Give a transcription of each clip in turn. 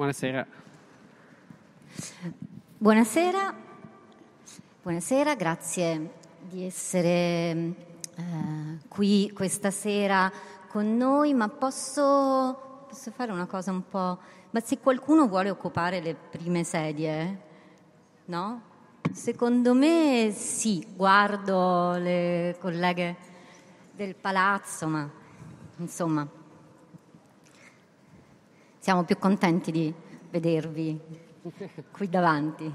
Buonasera. Buonasera, grazie di essere qui questa sera con noi, ma posso fare una cosa un po'... Ma se qualcuno vuole occupare le prime sedie, no? Secondo me sì, guardo le colleghe del palazzo, ma insomma siamo più contenti di vedervi qui davanti.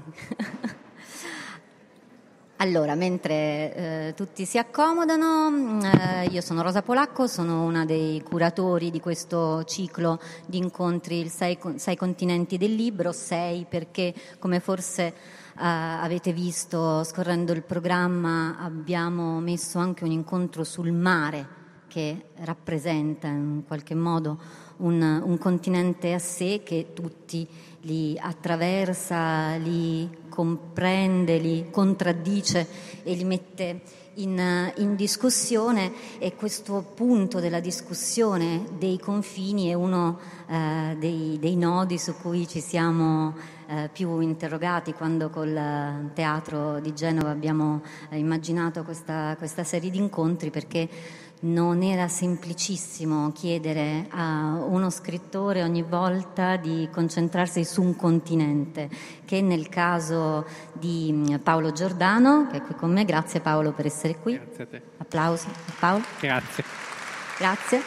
Allora, mentre tutti si accomodano, io sono Rosa Polacco, sono una dei curatori di questo ciclo di incontri, il sei continenti del libro, 6 perché, come forse avete visto scorrendo il programma, abbiamo messo anche un incontro sul mare che rappresenta in qualche modo un continente a sé che tutti li attraversa, li comprende, li contraddice e li mette in discussione, e questo punto della discussione dei confini è uno dei nodi su cui ci siamo più interrogati quando col Teatro di Genova abbiamo immaginato questa serie di incontri, perché non era semplicissimo chiedere a uno scrittore ogni volta di concentrarsi su un continente, che nel caso di Paolo Giordano, che è qui con me. Grazie Paolo per essere qui. Grazie a te. Applausi a Paolo. Grazie. Grazie.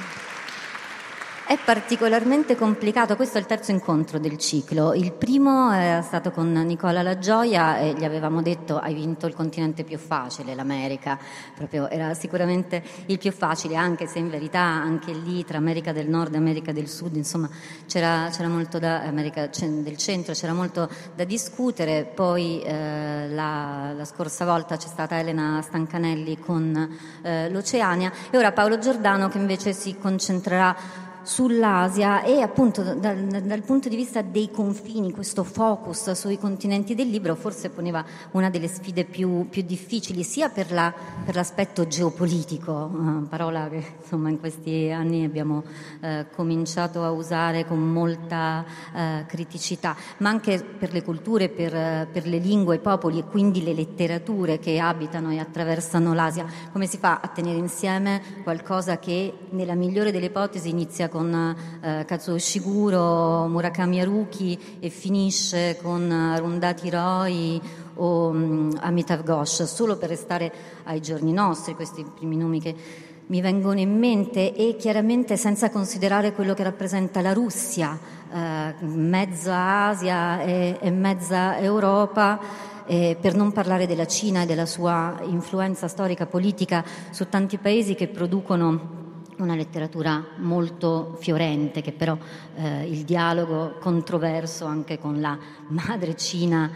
È particolarmente complicato, questo è il terzo incontro del ciclo. Il primo è stato con Nicola La Gioia e gli avevamo detto: hai vinto il continente più facile, l'America, proprio era sicuramente il più facile, anche se in verità anche lì tra America del Nord e America del Sud, insomma, c'era molto America del Centro, c'era molto da discutere. Poi la scorsa volta c'è stata Elena Stancanelli con l'Oceania, e ora Paolo Giordano, che invece si concentrerà sull'Asia e appunto dal punto di vista dei confini. Questo focus sui continenti del libro forse poneva una delle sfide più difficili, sia per l'aspetto geopolitico, parola che insomma in questi anni abbiamo cominciato a usare con molta criticità, ma anche per le culture, per le lingue, i popoli e quindi le letterature che abitano e attraversano l'Asia. Come si fa a tenere insieme qualcosa che nella migliore delle ipotesi inizia con Kazuo Ishiguro, Murakami Haruki e finisce con Arundhati Roy o Amitav Ghosh, solo per restare ai giorni nostri, questi primi nomi che mi vengono in mente, e chiaramente senza considerare quello che rappresenta la Russia, mezza Asia e mezza Europa, per non parlare della Cina e della sua influenza storica politica su tanti paesi che producono una letteratura molto fiorente, che però il dialogo controverso anche con la madre Cina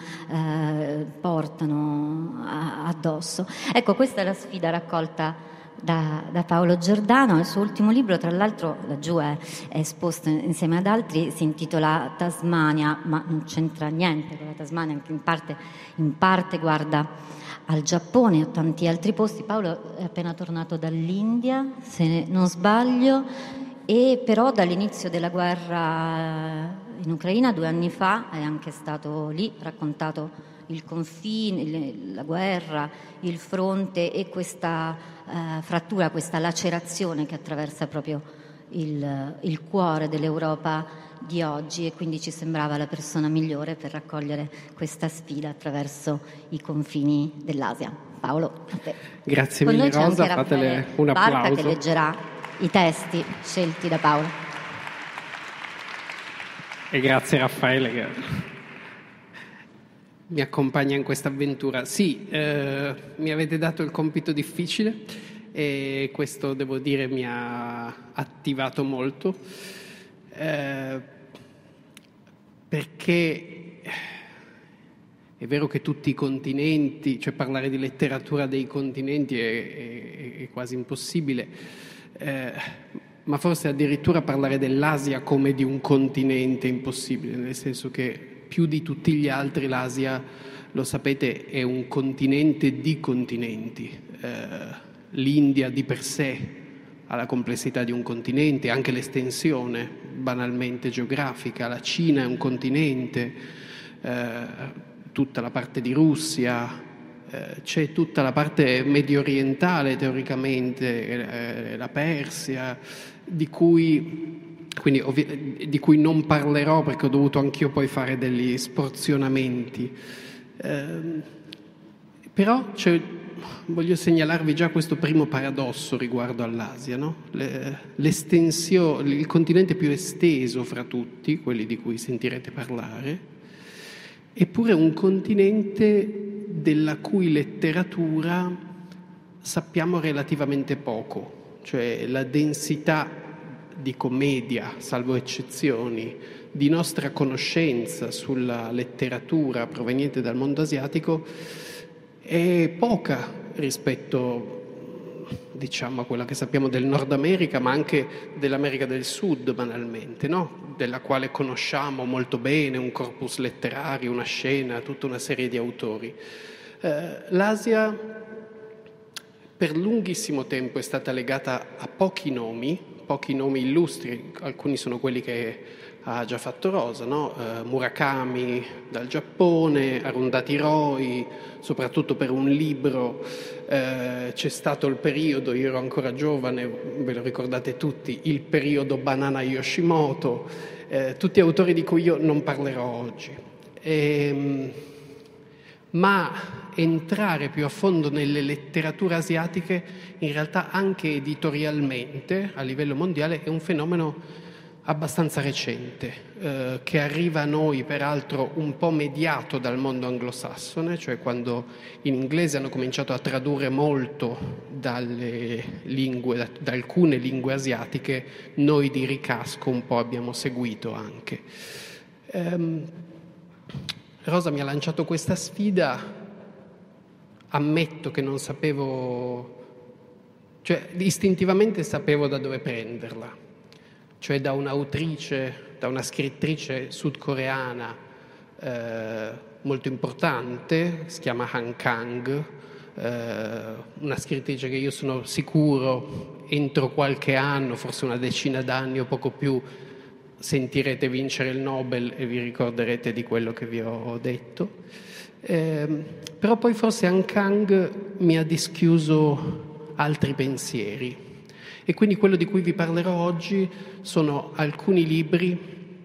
portano addosso. Ecco, questa è la sfida raccolta da Paolo Giordano. Il suo ultimo libro, tra l'altro, laggiù è esposto insieme ad altri, si intitola Tasmania, ma non c'entra niente con la Tasmania, anche in parte guarda al Giappone e a tanti altri posti. Paolo è appena tornato dall'India, se non sbaglio, e però dall'inizio della guerra in Ucraina 2 anni fa è anche stato lì, raccontato il confine, la guerra, il fronte e questa frattura, questa lacerazione che attraversa proprio il cuore dell'Europa di oggi, e quindi ci sembrava la persona migliore per raccogliere questa sfida attraverso i confini dell'Asia. Paolo, a te. Grazie Con mille noi c'è Rosa, anche fatele Raffaele un Barca, applauso. che leggerà i testi scelti da Paolo. E grazie Raffaele che mi accompagna in questa avventura. Sì, mi avete dato il compito difficile e questo, devo dire, mi ha attivato molto, perché è vero che tutti i continenti, cioè parlare di letteratura dei continenti è quasi impossibile, ma forse addirittura parlare dell'Asia come di un continente è impossibile, nel senso che più di tutti gli altri l'Asia, lo sapete, è un continente di continenti. L'India di per sé alla complessità di un continente, anche l'estensione banalmente geografica. La Cina è un continente, tutta la parte di Russia, c'è tutta la parte medio orientale teoricamente, la Persia, di cui non parlerò perché ho dovuto anch'io poi fare degli sporzionamenti. Però voglio segnalarvi già questo primo paradosso riguardo all'Asia, no? Il continente più esteso fra tutti, quelli di cui sentirete parlare, eppure un continente della cui letteratura sappiamo relativamente poco, cioè la densità di commedia, salvo eccezioni, di nostra conoscenza sulla letteratura proveniente dal mondo asiatico è poca rispetto, diciamo, a quella che sappiamo del Nord America, ma anche dell'America del Sud, banalmente, no? Della quale conosciamo molto bene un corpus letterario, una scena, tutta una serie di autori. L'Asia per lunghissimo tempo è stata legata a pochi nomi illustri, alcuni sono quelli che ha già fatto Rosa, no? Murakami dal Giappone, Arundhati Roy, soprattutto per un libro. C'è stato il periodo, io ero ancora giovane, ve lo ricordate tutti, il periodo Banana Yoshimoto, tutti autori di cui io non parlerò oggi. Ma entrare più a fondo nelle letterature asiatiche, in realtà anche editorialmente, a livello mondiale, è un fenomeno abbastanza recente, che arriva a noi peraltro un po' mediato dal mondo anglosassone, cioè quando in inglese hanno cominciato a tradurre molto da alcune lingue asiatiche, noi di ricasco un po' abbiamo seguito anche. Rosa mi ha lanciato questa sfida, ammetto che non sapevo, cioè istintivamente sapevo da dove prenderla, cioè da un'autrice, da una scrittrice sudcoreana molto importante, si chiama Han Kang, una scrittrice che io sono sicuro entro qualche anno, forse una decina d'anni o poco più, sentirete vincere il Nobel e vi ricorderete di quello che vi ho detto. Però poi forse Han Kang mi ha dischiuso altri pensieri e quindi quello di cui vi parlerò oggi sono alcuni libri,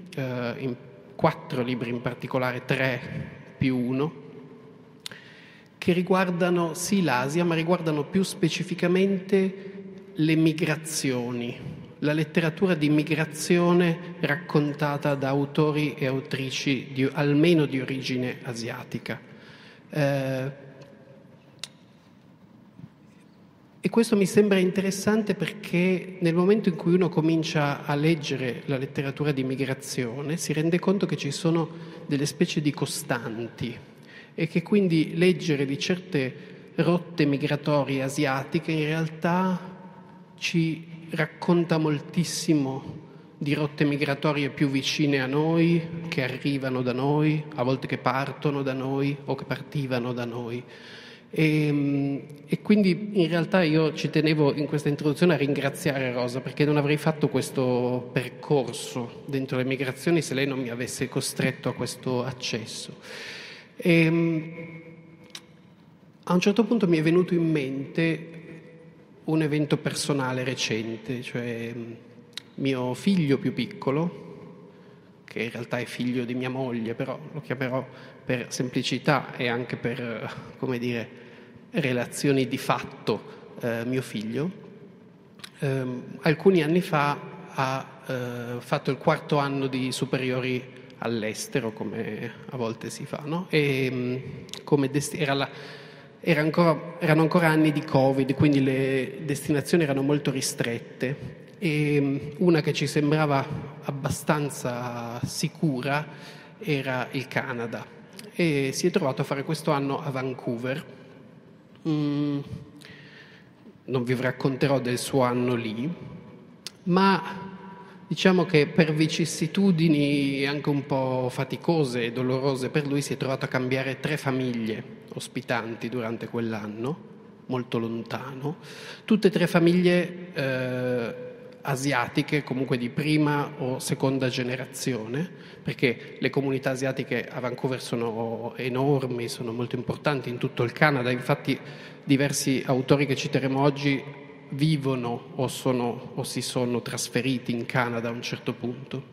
4 libri in particolare, 3 più 1, che riguardano sì l'Asia, ma riguardano più specificamente le migrazioni, la letteratura di migrazione raccontata da autori e autrici almeno di origine asiatica. E questo mi sembra interessante perché nel momento in cui uno comincia a leggere la letteratura di migrazione si rende conto che ci sono delle specie di costanti e che quindi leggere di certe rotte migratorie asiatiche in realtà ci racconta moltissimo di rotte migratorie più vicine a noi, che arrivano da noi, a volte che partono da noi o che partivano da noi. E quindi in realtà io ci tenevo in questa introduzione a ringraziare Rosa, perché non avrei fatto questo percorso dentro le migrazioni se lei non mi avesse costretto a questo accesso. A un certo punto mi è venuto in mente un evento personale recente, cioè mio figlio più piccolo, che in realtà è figlio di mia moglie, però lo chiamerò per semplicità e anche per, come dire, relazioni di fatto, mio figlio, alcuni anni fa ha fatto il 4º anno di superiori all'estero, come a volte si fa, no? E come erano ancora anni di Covid, quindi le destinazioni erano molto ristrette e una che ci sembrava abbastanza sicura era il Canada e si è trovato a fare questo anno a Vancouver. Non vi racconterò del suo anno lì, ma diciamo che per vicissitudini anche un po' faticose e dolorose per lui si è trovato a cambiare 3 famiglie ospitanti durante quell'anno molto lontano, tutte e tre famiglie asiatiche, comunque di prima o seconda generazione, perché le comunità asiatiche a Vancouver sono enormi, sono molto importanti in tutto il Canada, infatti diversi autori che citeremo oggi vivono o si sono trasferiti in Canada a un certo punto.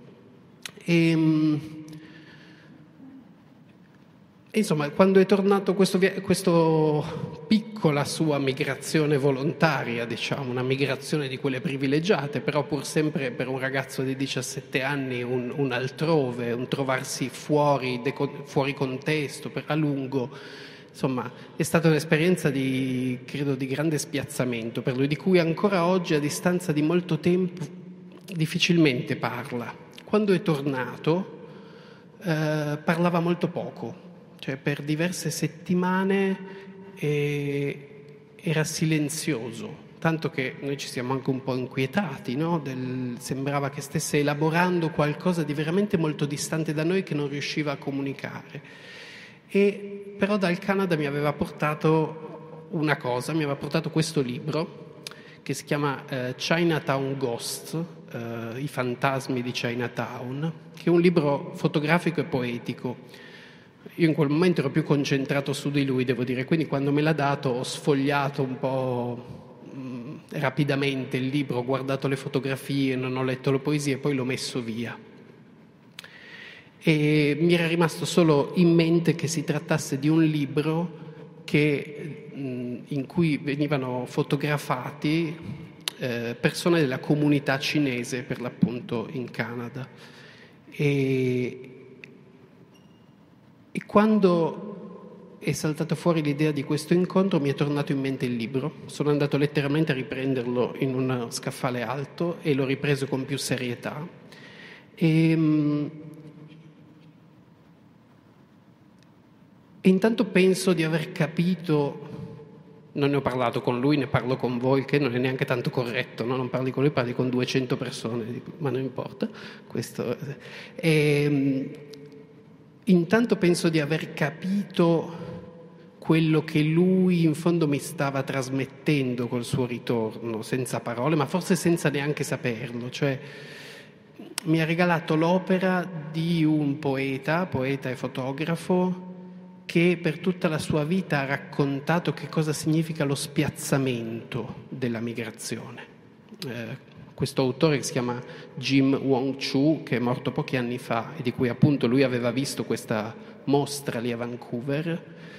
Insomma, quando è tornato questo piccola sua migrazione volontaria, diciamo, una migrazione di quelle privilegiate, però pur sempre per un ragazzo di 17 anni un altrove, un trovarsi fuori contesto a lungo, insomma, è stata un'esperienza credo di grande spiazzamento per lui, di cui ancora oggi, a distanza di molto tempo, difficilmente parla. Quando è tornato parlava molto poco. Cioè, per diverse settimane era silenzioso, tanto che noi ci siamo anche un po' inquietati, no? Sembrava che stesse elaborando qualcosa di veramente molto distante da noi che non riusciva a comunicare. Però dal Canada mi aveva portato una cosa, mi aveva portato questo libro che si chiama Chinatown Ghost, i fantasmi di Chinatown, che è un libro fotografico e poetico. Io in quel momento ero più concentrato su di lui, devo dire, quindi quando me l'ha dato ho sfogliato un po' rapidamente il libro, ho guardato le fotografie, non ho letto le poesie e poi l'ho messo via. E mi era rimasto solo in mente che si trattasse di un libro in cui venivano fotografati persone della comunità cinese, per l'appunto in Canada. E quando è saltata fuori l'idea di questo incontro mi è tornato in mente il libro. Sono andato letteralmente a riprenderlo in uno scaffale alto e l'ho ripreso con più serietà. E intanto penso di aver capito, non ne ho parlato con lui, ne parlo con voi, che non è neanche tanto corretto, no? Non parli con lui, parli con 200 persone, ma non importa. Intanto penso di aver capito quello che lui in fondo mi stava trasmettendo col suo ritorno, senza parole, ma forse senza neanche saperlo. Cioè, mi ha regalato l'opera di un poeta e fotografo, che per tutta la sua vita ha raccontato che cosa significa lo spiazzamento della migrazione. Questo autore che si chiama Jim Wong Chu, che è morto pochi anni fa e di cui appunto lui aveva visto questa mostra lì a Vancouver,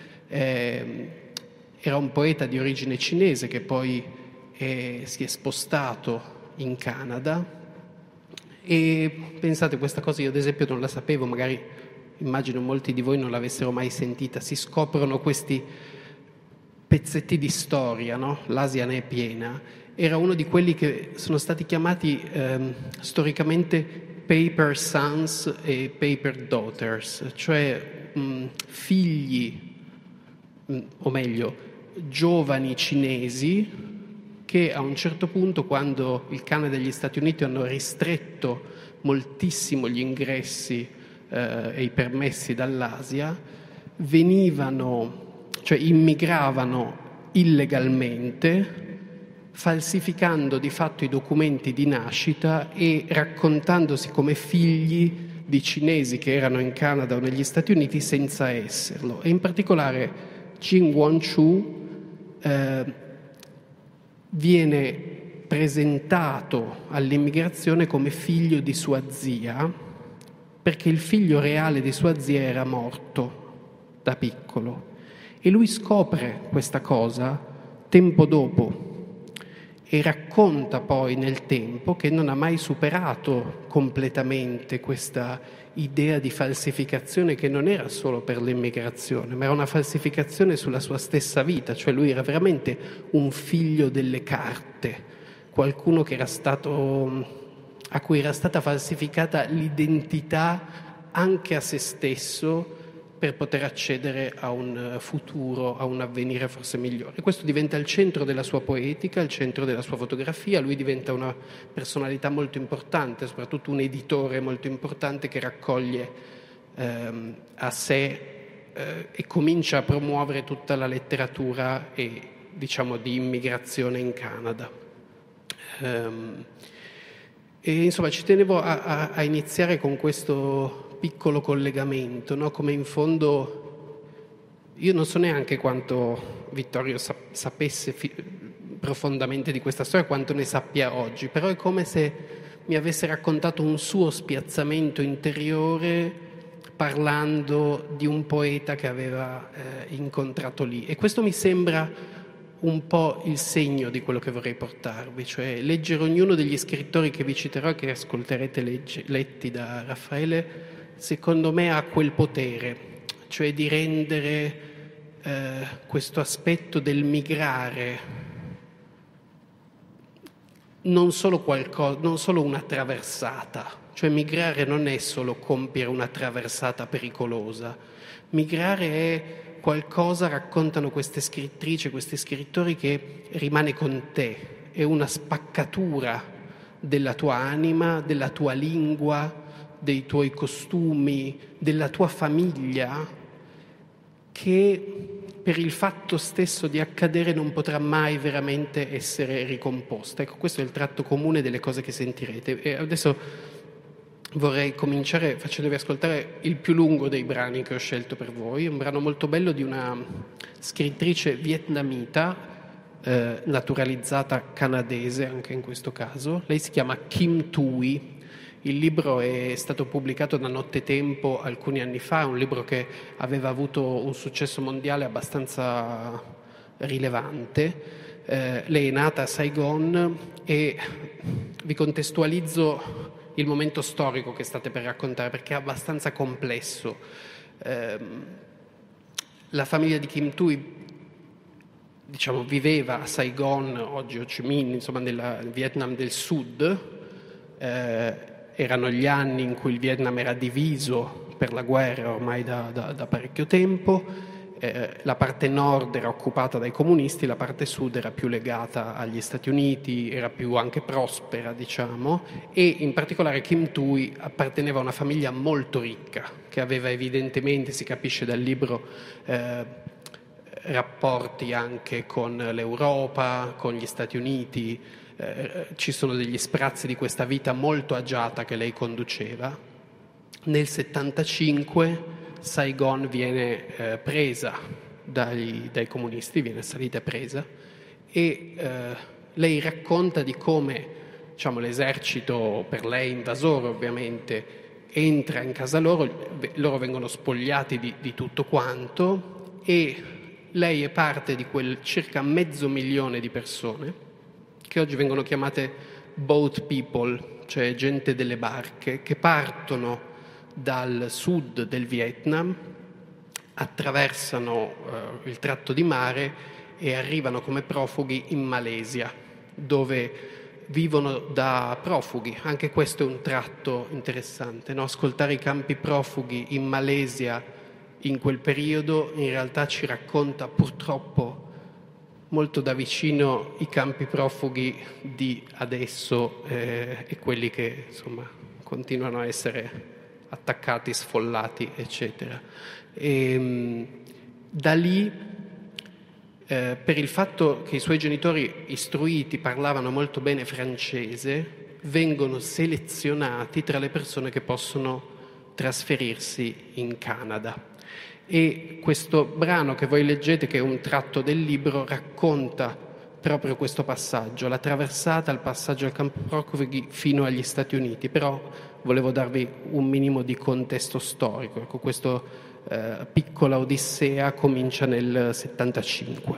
era un poeta di origine cinese che poi si è spostato in Canada. E pensate, questa cosa io ad esempio non la sapevo, magari immagino molti di voi non l'avessero mai sentita. Si scoprono questi pezzetti di storia, no? L'Asia ne è piena. Era uno di quelli che sono stati chiamati storicamente paper sons e paper daughters, cioè figli, o meglio, giovani cinesi che a un certo punto, quando il Canada e gli Stati Uniti hanno ristretto moltissimo gli ingressi e i permessi dall'Asia, immigravano illegalmente, falsificando di fatto i documenti di nascita e raccontandosi come figli di cinesi che erano in Canada o negli Stati Uniti senza esserlo. E in particolare Jim Wong Chu viene presentato all'immigrazione come figlio di sua zia, perché il figlio reale di sua zia era morto da piccolo. E lui scopre questa cosa tempo dopo e racconta poi nel tempo che non ha mai superato completamente questa idea di falsificazione, che non era solo per l'immigrazione, ma era una falsificazione sulla sua stessa vita. Cioè lui era veramente un figlio delle carte, qualcuno che a cui era stata falsificata l'identità anche a se stesso, per poter accedere a un futuro, a un avvenire forse migliore. Questo diventa il centro della sua poetica, il centro della sua fotografia. Lui diventa una personalità molto importante, soprattutto un editore molto importante che raccoglie a sé e comincia a promuovere tutta la letteratura e diciamo, di immigrazione in Canada. E insomma ci tenevo a iniziare con questo piccolo collegamento, no? Come in fondo io non so neanche quanto Vittorio sapesse profondamente di questa storia, quanto ne sappia oggi, però è come se mi avesse raccontato un suo spiazzamento interiore parlando di un poeta che aveva incontrato lì. E questo mi sembra un po' il segno di quello che vorrei portarvi, cioè leggere ognuno degli scrittori che vi citerò e che ascolterete letti da Raffaele, secondo me ha quel potere, cioè di rendere questo aspetto del migrare non solo una traversata, cioè migrare non è solo compiere una traversata pericolosa, migrare è qualcosa, raccontano queste scrittrici, questi scrittori, che rimane con te, è una spaccatura della tua anima, della tua lingua, dei tuoi costumi, della tua famiglia, che per il fatto stesso di accadere non potrà mai veramente essere ricomposta. Ecco, questo è il tratto comune delle cose che sentirete. E adesso vorrei cominciare facendovi ascoltare il più lungo dei brani che ho scelto per voi, un brano molto bello di una scrittrice vietnamita, naturalizzata canadese anche in questo caso. Lei si chiama Kim Thuy. Il libro è stato pubblicato da Nottetempo alcuni anni fa, un libro che aveva avuto un successo mondiale abbastanza rilevante. Lei è nata a Saigon e vi contestualizzo il momento storico che state per raccontare, perché è abbastanza complesso. La famiglia di Kim Thuy, diciamo, viveva a Saigon, oggi Ho Chi Minh, insomma nel Vietnam del Sud. Erano gli anni in cui il Vietnam era diviso per la guerra ormai da parecchio tempo. La parte nord era occupata dai comunisti, la parte sud era più legata agli Stati Uniti, era più anche prospera, diciamo, e in particolare Kim Thuy apparteneva a una famiglia molto ricca, che aveva evidentemente, si capisce dal libro, rapporti anche con l'Europa, con gli Stati Uniti. Ci sono degli sprazzi di questa vita molto agiata che lei conduceva. Nel 75 Saigon viene presa dai comunisti, viene assalita e presa, e lei racconta di come, diciamo, l'esercito, per lei invasore ovviamente, entra in casa loro vengono spogliati di tutto quanto, e lei è parte di quel circa 500.000 di persone che oggi vengono chiamate boat people, cioè gente delle barche, che partono dal sud del Vietnam, attraversano il tratto di mare e arrivano come profughi in Malesia, dove vivono da profughi. Anche questo è un tratto interessante, no? Ascoltare i campi profughi in Malesia in quel periodo in realtà ci racconta purtroppo molto da vicino i campi profughi di adesso e quelli che insomma continuano a essere attaccati, sfollati, eccetera. E da lì, per il fatto che i suoi genitori istruiti parlavano molto bene francese, vengono selezionati tra le persone che possono trasferirsi in Canada. E questo brano che voi leggete, che è un tratto del libro, racconta proprio questo passaggio, la traversata, il passaggio al campo profughi fino agli Stati Uniti. Però volevo darvi un minimo di contesto storico. Ecco, questa piccola odissea comincia nel 75.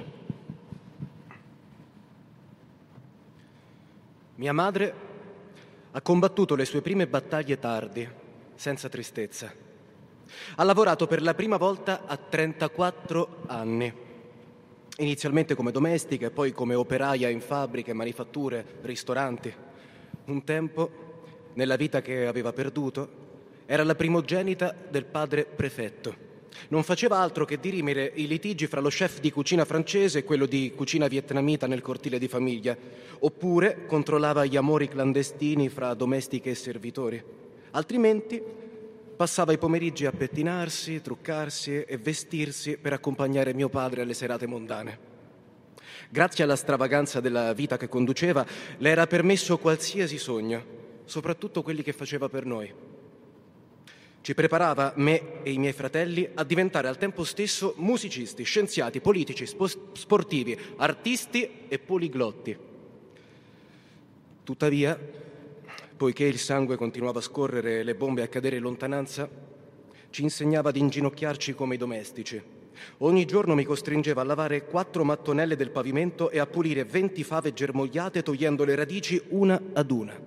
Mia madre ha combattuto le sue prime battaglie tardi, senza tristezza. Ha lavorato per la prima volta a 34 anni, inizialmente come domestica e poi come operaia in fabbriche, manifatture, ristoranti. Un tempo, nella vita che aveva perduto, era la primogenita del padre prefetto. Non faceva altro che dirimere i litigi fra lo chef di cucina francese e quello di cucina vietnamita nel cortile di famiglia, oppure controllava gli amori clandestini fra domestiche e servitori. Altrimenti passava i pomeriggi a pettinarsi, truccarsi e vestirsi per accompagnare mio padre alle serate mondane. Grazie alla stravaganza della vita che conduceva, le era permesso qualsiasi sogno, soprattutto quelli che faceva per noi. Ci preparava, me e i miei fratelli, a diventare al tempo stesso musicisti, scienziati, politici, sportivi, artisti e poliglotti. Tuttavia, poiché il sangue continuava a scorrere e le bombe a cadere in lontananza, ci insegnava ad inginocchiarci come i domestici. Ogni giorno mi costringeva a lavare 4 mattonelle del pavimento e a pulire 20 fave germogliate togliendo le radici una ad una.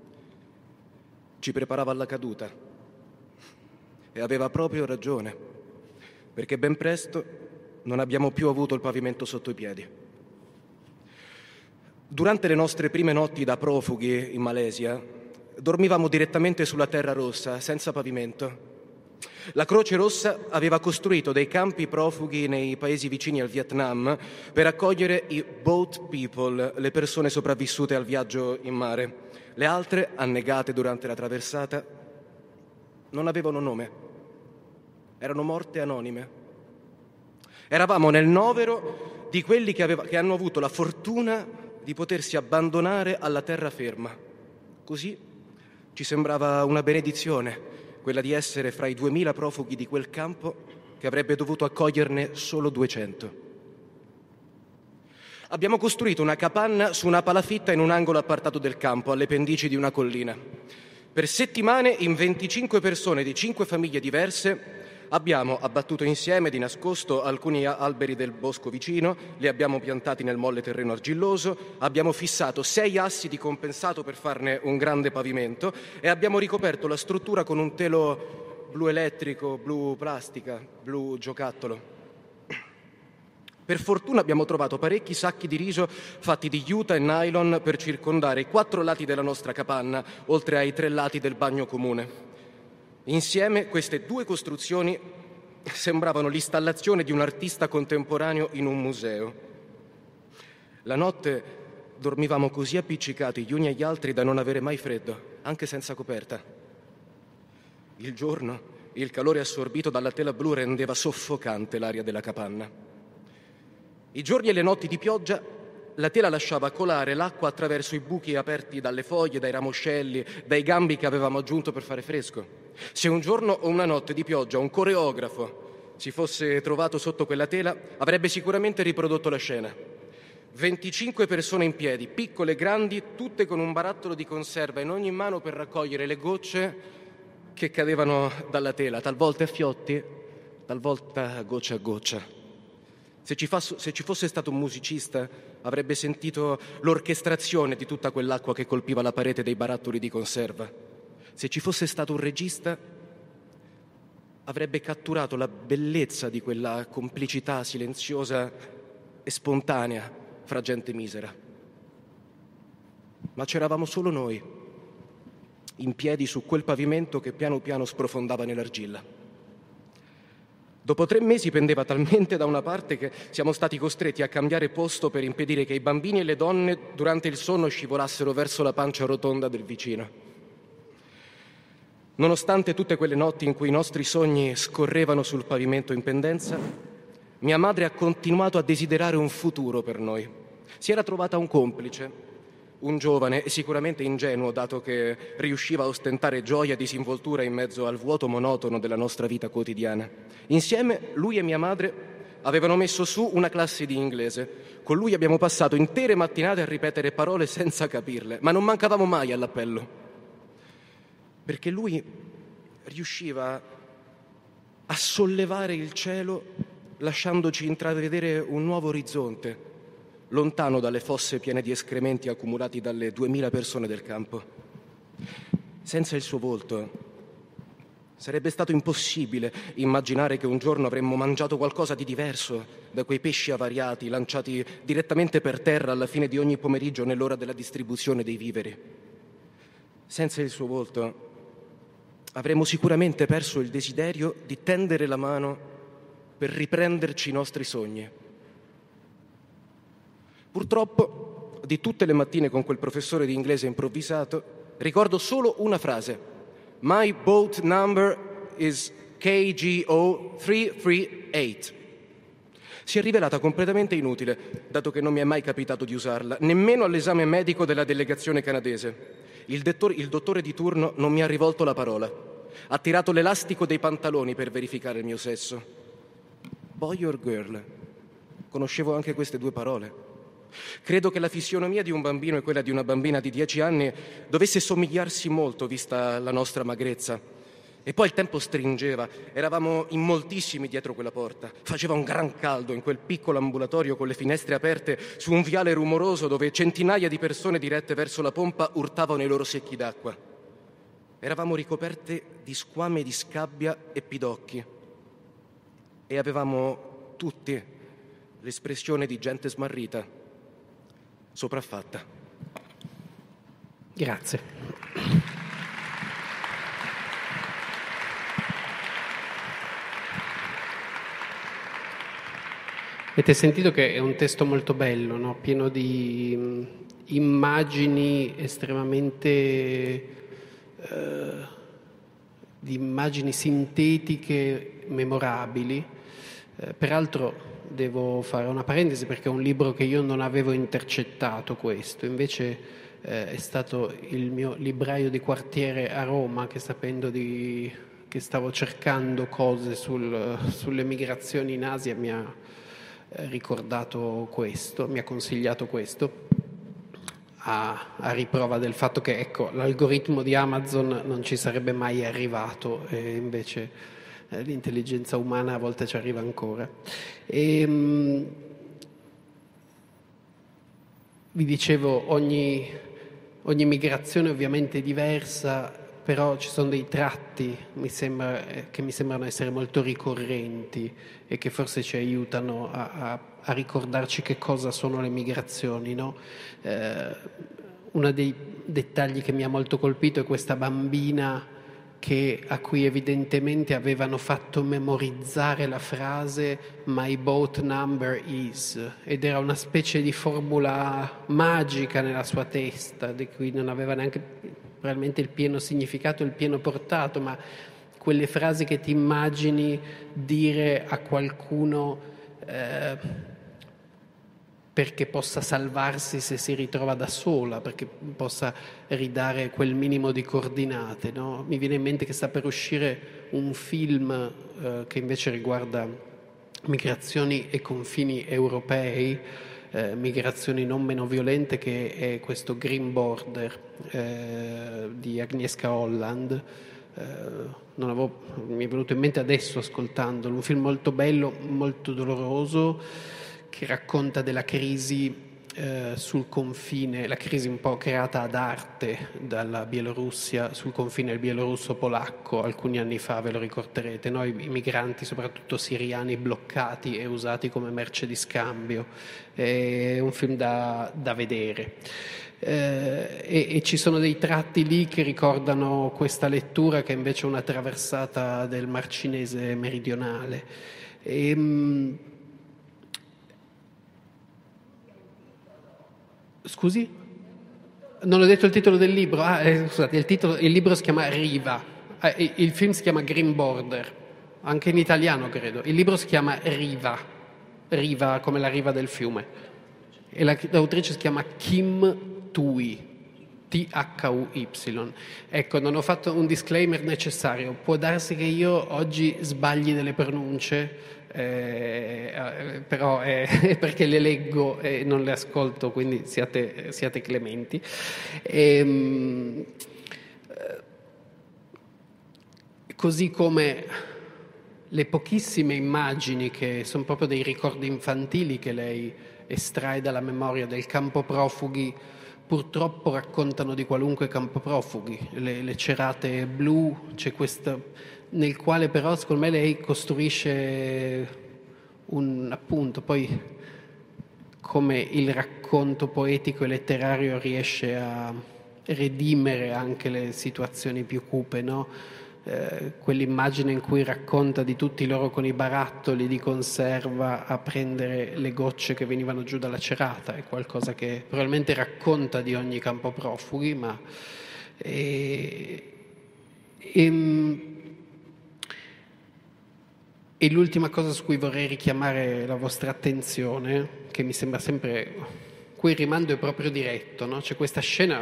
Ci preparava alla caduta. E aveva proprio ragione, perché ben presto non abbiamo più avuto il pavimento sotto i piedi. Durante le nostre prime notti da profughi in Malesia, dormivamo direttamente sulla terra rossa, senza pavimento. La Croce Rossa aveva costruito dei campi profughi nei paesi vicini al Vietnam per accogliere i boat people, le persone sopravvissute al viaggio in mare. Le altre, annegate durante la traversata, non avevano nome. Erano morte anonime. Eravamo nel novero di quelli che hanno avuto la fortuna di potersi abbandonare alla terraferma. Così ci sembrava una benedizione, quella di essere fra i 2000 profughi di quel campo che avrebbe dovuto accoglierne solo 200. Abbiamo costruito una capanna su una palafitta in un angolo appartato del campo, alle pendici di una collina. Per settimane, in 25 persone di 5 famiglie diverse, abbiamo abbattuto insieme di nascosto alcuni alberi del bosco vicino, li abbiamo piantati nel molle terreno argilloso, abbiamo fissato 6 assi di compensato per farne un grande pavimento e abbiamo ricoperto la struttura con un telo blu elettrico, blu plastica, blu giocattolo. Per fortuna abbiamo trovato parecchi sacchi di riso fatti di juta e nylon per circondare i 4 lati della nostra capanna, oltre ai 3 lati del bagno comune. Insieme queste 2 costruzioni sembravano l'installazione di un artista contemporaneo in un museo. La notte dormivamo così appiccicati gli uni agli altri da non avere mai freddo, anche senza coperta. Il giorno, il calore assorbito dalla tela blu rendeva soffocante l'aria della capanna. I giorni e le notti di pioggia, la tela lasciava colare l'acqua attraverso i buchi aperti dalle foglie, dai ramoscelli, dai gambi che avevamo aggiunto per fare fresco. Se un giorno o una notte di pioggia un coreografo si fosse trovato sotto quella tela, avrebbe sicuramente riprodotto la scena. 25 persone in piedi, piccole e grandi, tutte con un barattolo di conserva in ogni mano per raccogliere le gocce che cadevano dalla tela, talvolta a fiotti, talvolta goccia a goccia. Se ci fosse stato un musicista, avrebbe sentito l'orchestrazione di tutta quell'acqua che colpiva la parete dei barattoli di conserva. Se ci fosse stato un regista, avrebbe catturato la bellezza di quella complicità silenziosa e spontanea fra gente misera. Ma c'eravamo solo noi, in piedi su quel pavimento che piano piano sprofondava nell'argilla. Dopo 3 mesi pendeva talmente da una parte che siamo stati costretti a cambiare posto per impedire che i bambini e le donne durante il sonno scivolassero verso la pancia rotonda del vicino. Nonostante tutte quelle notti in cui i nostri sogni scorrevano sul pavimento in pendenza, mia madre ha continuato a desiderare un futuro per noi. Si era trovata un complice, un giovane e sicuramente ingenuo, dato che riusciva a ostentare gioia e disinvoltura in mezzo al vuoto monotono della nostra vita quotidiana. Insieme, lui e mia madre avevano messo su una classe di inglese. Con lui abbiamo passato intere mattinate a ripetere parole senza capirle, ma non mancavamo mai all'appello, perché lui riusciva a sollevare il cielo lasciandoci intravedere un nuovo orizzonte, lontano dalle fosse piene di escrementi accumulati dalle 2000 persone del campo. Senza il suo volto sarebbe stato impossibile immaginare che un giorno avremmo mangiato qualcosa di diverso da quei pesci avariati lanciati direttamente per terra alla fine di ogni pomeriggio nell'ora della distribuzione dei viveri. Senza il suo volto avremmo sicuramente perso il desiderio di tendere la mano per riprenderci i nostri sogni. Purtroppo, di tutte le mattine con quel professore di inglese improvvisato, ricordo solo una frase: My boat number is KGO 338. si è rivelata completamente inutile, dato che non mi è mai capitato di usarla, nemmeno all'esame medico della delegazione canadese. Il dottore di turno non mi ha rivolto la parola. Ha tirato l'elastico dei pantaloni per verificare il mio sesso. Boy or girl? Conoscevo anche queste due parole. Credo che la fisionomia di un bambino e quella di una bambina di 10 anni dovesse somigliarsi molto, vista la nostra magrezza. E poi il tempo stringeva, eravamo in moltissimi dietro quella porta. Faceva un gran caldo in quel piccolo ambulatorio con le finestre aperte su un viale rumoroso dove centinaia di persone dirette verso la pompa urtavano i loro secchi d'acqua. Eravamo ricoperte di squame di scabbia e pidocchi e avevamo tutti l'espressione di gente smarrita, sopraffatta. Grazie. Avete sentito che è un testo molto bello, no? Pieno di immagini estremamente di immagini sintetiche memorabili. Peraltro devo fare una parentesi perché è un libro che io non avevo intercettato questo, invece è stato il mio libraio di quartiere a Roma che, sapendo che stavo cercando cose sulle migrazioni in Asia, mi ha ricordato questo, mi ha consigliato questo, a riprova del fatto che, ecco, l'algoritmo di Amazon non ci sarebbe mai arrivato e invece l'intelligenza umana a volte ci arriva ancora. Vi dicevo, ogni migrazione ovviamente è diversa, però ci sono dei tratti che mi sembrano essere molto ricorrenti e che forse ci aiutano a ricordarci che cosa sono le migrazioni, no? Uno dei dettagli che mi ha molto colpito è questa bambina a cui evidentemente avevano fatto memorizzare la frase "My boat number is", ed era una specie di formula magica nella sua testa, di cui non aveva neanche probabilmente il pieno significato, il pieno portato, ma quelle frasi che ti immagini dire a qualcuno perché possa salvarsi se si ritrova da sola, perché possa ridare quel minimo di coordinate, no? Mi viene in mente che sta per uscire un film che invece riguarda migrazioni e confini europei, migrazioni non meno violente, che è questo Green Border di Agnieszka Holland. Mi è venuto in mente adesso ascoltandolo, un film molto bello, molto doloroso, che racconta della crisi sul confine, la crisi un po' creata ad arte dalla Bielorussia, sul confine bielorusso-polacco alcuni anni fa, ve lo ricorderete, no? I migranti, soprattutto siriani, bloccati e usati come merce di scambio. È un film da vedere. E ci sono dei tratti lì che ricordano questa lettura, che è invece una traversata del Mar Cinese meridionale. Scusi? Non ho detto il titolo del libro. Scusate, il libro si chiama Riva. Il film si chiama Green Border, anche in italiano credo. Il libro si chiama Riva, Riva come la riva del fiume. E l'autrice si chiama Kim Thuy, Thuy. Ecco, non ho fatto un disclaimer necessario. Può darsi che io oggi sbagli delle pronunce, però è perché le leggo e non le ascolto, quindi siate clementi. Così come le pochissime immagini che sono proprio dei ricordi infantili che lei estrae dalla memoria del campo profughi, purtroppo raccontano di qualunque campo profughi. Le cerate blu, c'è questo nel quale però secondo me lei costruisce appunto, poi come il racconto poetico e letterario riesce a redimere anche le situazioni più cupe, no? Quell'immagine in cui racconta di tutti loro con i barattoli di conserva a prendere le gocce che venivano giù dalla cerata, è qualcosa che probabilmente racconta di ogni campo profughi, ma E l'ultima cosa su cui vorrei richiamare la vostra attenzione, che mi sembra sempre, qui il rimando è proprio diretto, no? C'è questa scena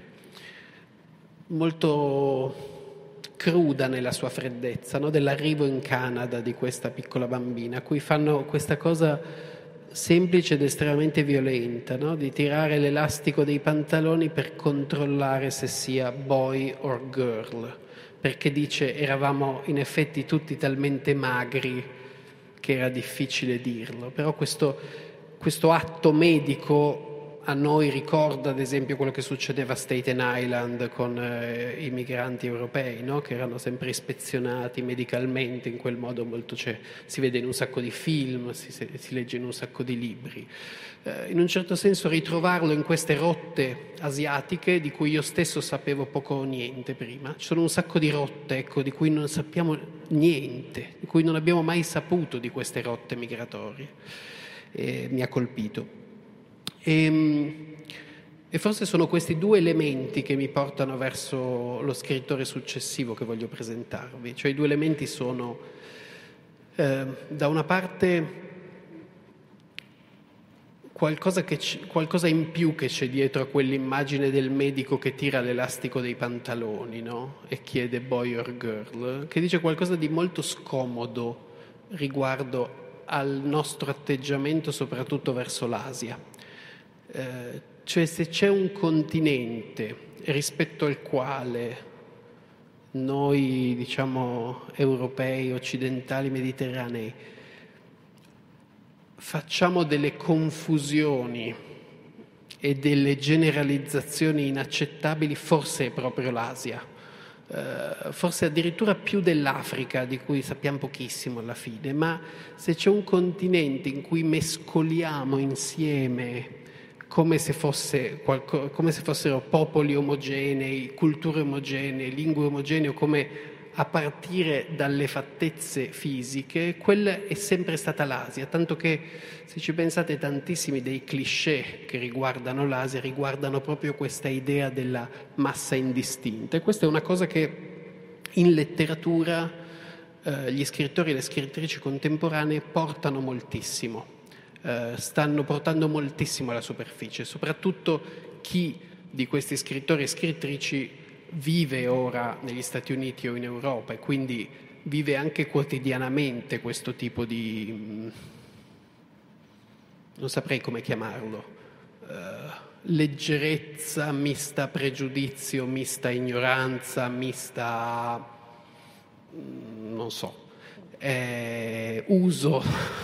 molto cruda nella sua freddezza, no? Dell'arrivo in Canada di questa piccola bambina, a cui fanno questa cosa semplice ed estremamente violenta, no? Di tirare l'elastico dei pantaloni per controllare se sia boy or girl, perché dice eravamo in effetti tutti talmente magri che era difficile dirlo, però questo atto medico a noi ricorda ad esempio quello che succedeva a Staten Island con i migranti europei, no? Che erano sempre ispezionati medicalmente in quel modo si vede in un sacco di film, si legge in un sacco di libri. In un certo senso ritrovarlo in queste rotte asiatiche di cui io stesso sapevo poco o niente prima. Ci sono un sacco di rotte, ecco, di cui non sappiamo niente, di cui non abbiamo mai saputo di queste rotte migratorie. Mi ha colpito. E forse sono questi due elementi che mi portano verso lo scrittore successivo che voglio presentarvi. Cioè i due elementi sono, da una parte, qualcosa in più che c'è dietro a quell'immagine del medico che tira l'elastico dei pantaloni, no? E chiede boy or girl, che dice qualcosa di molto scomodo riguardo al nostro atteggiamento soprattutto verso l'Asia. Cioè se c'è un continente rispetto al quale noi, diciamo, europei, occidentali, mediterranei, facciamo delle confusioni e delle generalizzazioni inaccettabili, forse è proprio l'Asia, forse addirittura più dell'Africa, di cui sappiamo pochissimo alla fine, ma se c'è un continente in cui mescoliamo insieme come se fossero popoli omogenei, culture omogenee, lingue omogenee, come a partire dalle fattezze fisiche, quella è sempre stata l'Asia, tanto che se ci pensate tantissimi dei cliché che riguardano l'Asia riguardano proprio questa idea della massa indistinta, e questa è una cosa che in letteratura gli scrittori e le scrittrici contemporanee portano moltissimo. Stanno portando moltissimo alla superficie, soprattutto chi di questi scrittori e scrittrici vive ora negli Stati Uniti o in Europa e quindi vive anche quotidianamente questo tipo di, non saprei come chiamarlo, leggerezza mista pregiudizio, mista ignoranza, mista, non so, uso.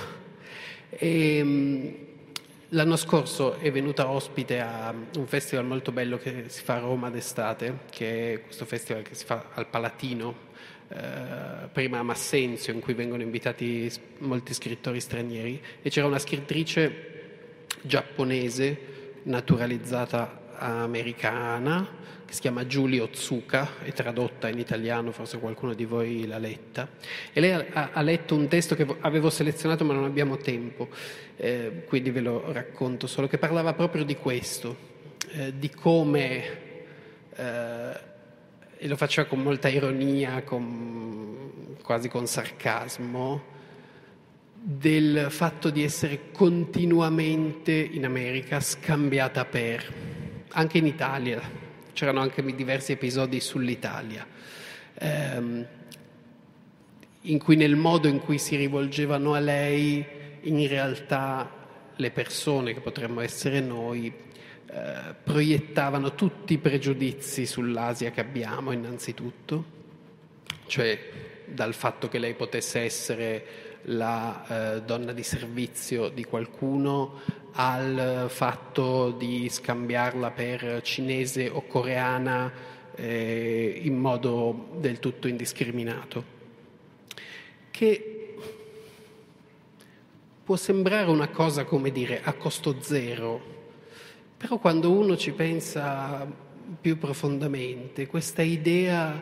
L'anno scorso è venuta ospite a un festival molto bello che si fa a Roma d'estate, che è questo festival che si fa al Palatino, prima a Massenzio, in cui vengono invitati molti scrittori stranieri, e c'era una scrittrice giapponese naturalizzata americana che si chiama Julie Otsuka, è tradotta in italiano, forse qualcuno di voi l'ha letta, e lei ha letto un testo che avevo selezionato ma non abbiamo tempo, quindi ve lo racconto solo, che parlava proprio di questo, di come, e lo faceva con molta ironia, quasi con sarcasmo, del fatto di essere continuamente in America scambiata per, anche in Italia, c'erano anche diversi episodi sull'Italia, in cui nel modo in cui si rivolgevano a lei, in realtà le persone, che potremmo essere noi, proiettavano tutti i pregiudizi sull'Asia che abbiamo innanzitutto, cioè dal fatto che lei potesse essere la donna di servizio di qualcuno al fatto di scambiarla per cinese o coreana in modo del tutto indiscriminato, che può sembrare una cosa, come dire, a costo zero, però quando uno ci pensa più profondamente, questa idea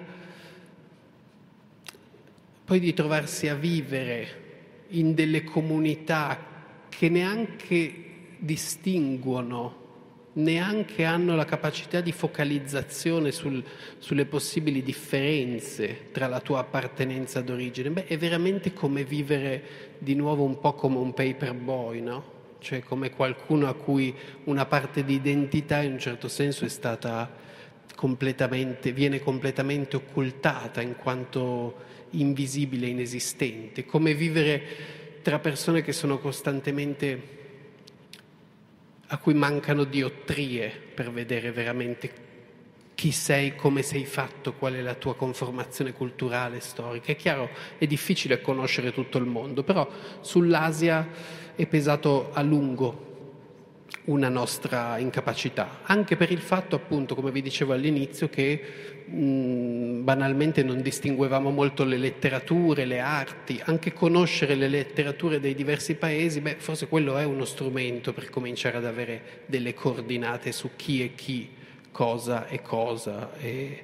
poi di trovarsi a vivere in delle comunità che neanche distinguono neanche hanno la capacità di focalizzazione sulle possibili differenze tra la tua appartenenza d'origine. È veramente come vivere di nuovo un po' come un paperboy, no? Cioè come qualcuno a cui una parte di identità in un certo senso è stata viene completamente occultata in quanto invisibile e inesistente, come vivere tra persone che sono costantemente, a cui mancano diottrie per vedere veramente chi sei, come sei fatto, qual è la tua conformazione culturale, storica. È chiaro, è difficile conoscere tutto il mondo, però sull'Asia è pesato a lungo una nostra incapacità, anche per il fatto, appunto, come vi dicevo all'inizio, che banalmente non distinguevamo molto le letterature, le arti. Anche conoscere le letterature dei diversi paesi, forse quello è uno strumento per cominciare ad avere delle coordinate su chi è chi, cosa è cosa. E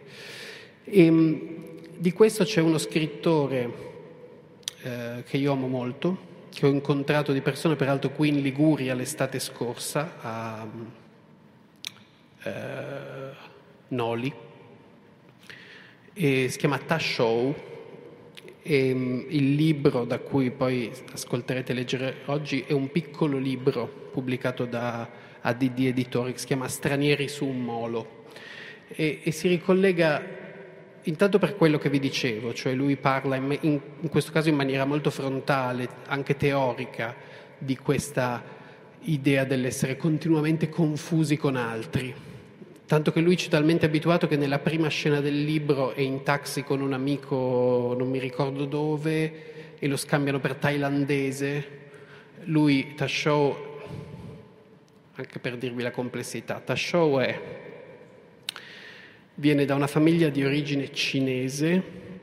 di questo c'è uno scrittore che io amo molto, che ho incontrato di persona, peraltro qui in Liguria l'estate scorsa, a Noli, e si chiama Tashow, e il libro da cui poi ascolterete leggere oggi è un piccolo libro pubblicato da ADD Editori che si chiama Stranieri su un molo, e si ricollega intanto per quello che vi dicevo, cioè lui parla in questo caso in maniera molto frontale, anche teorica, di questa idea dell'essere continuamente confusi con altri. Tanto che lui ci è talmente abituato che nella prima scena del libro è in taxi con un amico, non mi ricordo dove, e lo scambiano per thailandese. Lui, Tashow, anche per dirvi la complessità, Tashow viene da una famiglia di origine cinese,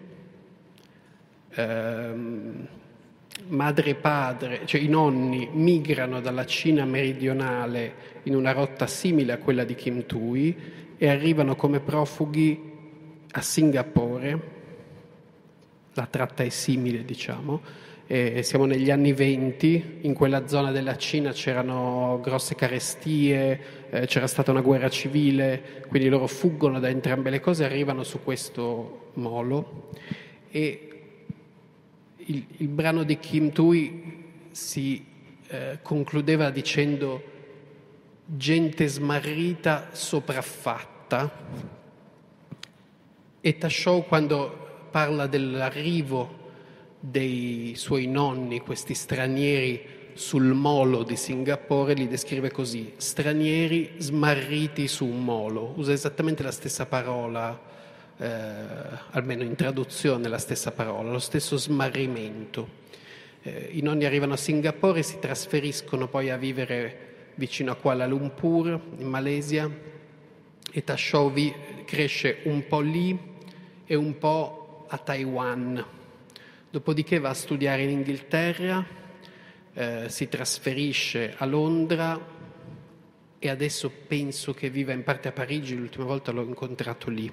madre e padre, cioè i nonni migrano dalla Cina meridionale in una rotta simile a quella di Kim Tui e arrivano come profughi a Singapore. La tratta è simile, diciamo. Siamo negli anni 20, in quella zona della Cina c'erano grosse carestie, c'era stata una guerra civile, quindi loro fuggono da entrambe le cose e arrivano su questo molo. E il brano di Kim Tui si concludeva dicendo gente smarrita, sopraffatta, e Tashow, quando parla dell'arrivo dei suoi nonni, questi stranieri sul molo di Singapore, li descrive così: stranieri smarriti su un molo. Usa esattamente la stessa parola, almeno in traduzione la stessa parola, lo stesso smarrimento. I nonni arrivano a Singapore e si trasferiscono poi a vivere vicino a Kuala Lumpur, in Malesia, e Tashow cresce un po' lì e un po' a Taiwan. Dopodiché va a studiare in Inghilterra, si trasferisce a Londra e adesso penso che viva in parte a Parigi, l'ultima volta l'ho incontrato lì.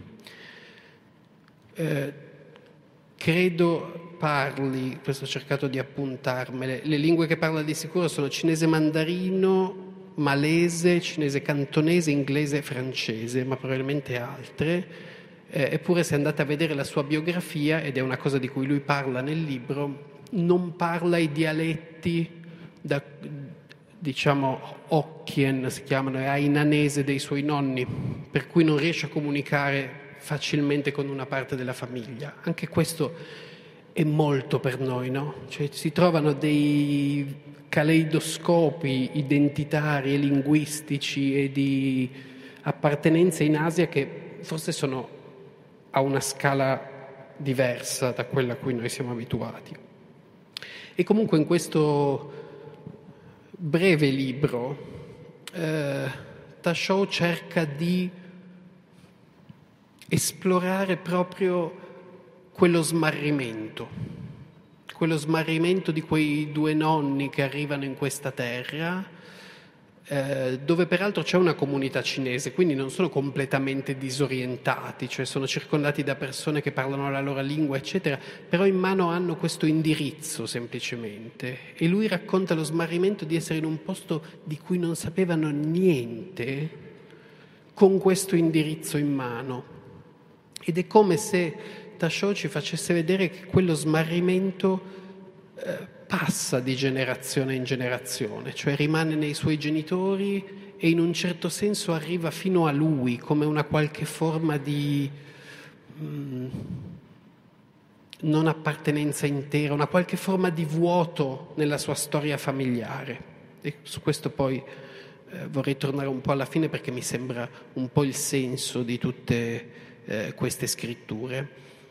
Credo parli, questo ho cercato di appuntarmele, le lingue che parla di sicuro sono cinese mandarino, malese, cinese cantonese, inglese e francese, ma probabilmente altre. Eppure se andate a vedere la sua biografia, ed è una cosa di cui lui parla nel libro, non parla i dialetti da, diciamo, Hokkien si chiamano, e ainanese dei suoi nonni, per cui non riesce a comunicare facilmente con una parte della famiglia. Anche questo è molto per noi, no? Cioè si trovano dei caleidoscopi identitari e linguistici e di appartenenze in Asia che forse sono a una scala diversa da quella a cui noi siamo abituati. E comunque in questo breve libro Tashow cerca di esplorare proprio quello smarrimento di quei due nonni che arrivano in questa terra, dove peraltro c'è una comunità cinese, quindi non sono completamente disorientati, cioè sono circondati da persone che parlano la loro lingua, eccetera, però in mano hanno questo indirizzo semplicemente, e lui racconta lo smarrimento di essere in un posto di cui non sapevano niente con questo indirizzo in mano, ed è come se Tashō ci facesse vedere che quello smarrimento passa di generazione in generazione, cioè rimane nei suoi genitori e in un certo senso arriva fino a lui come una qualche forma di non appartenenza intera, una qualche forma di vuoto nella sua storia familiare. E su questo poi vorrei tornare un po' alla fine, perché mi sembra un po' il senso di tutte queste scritture.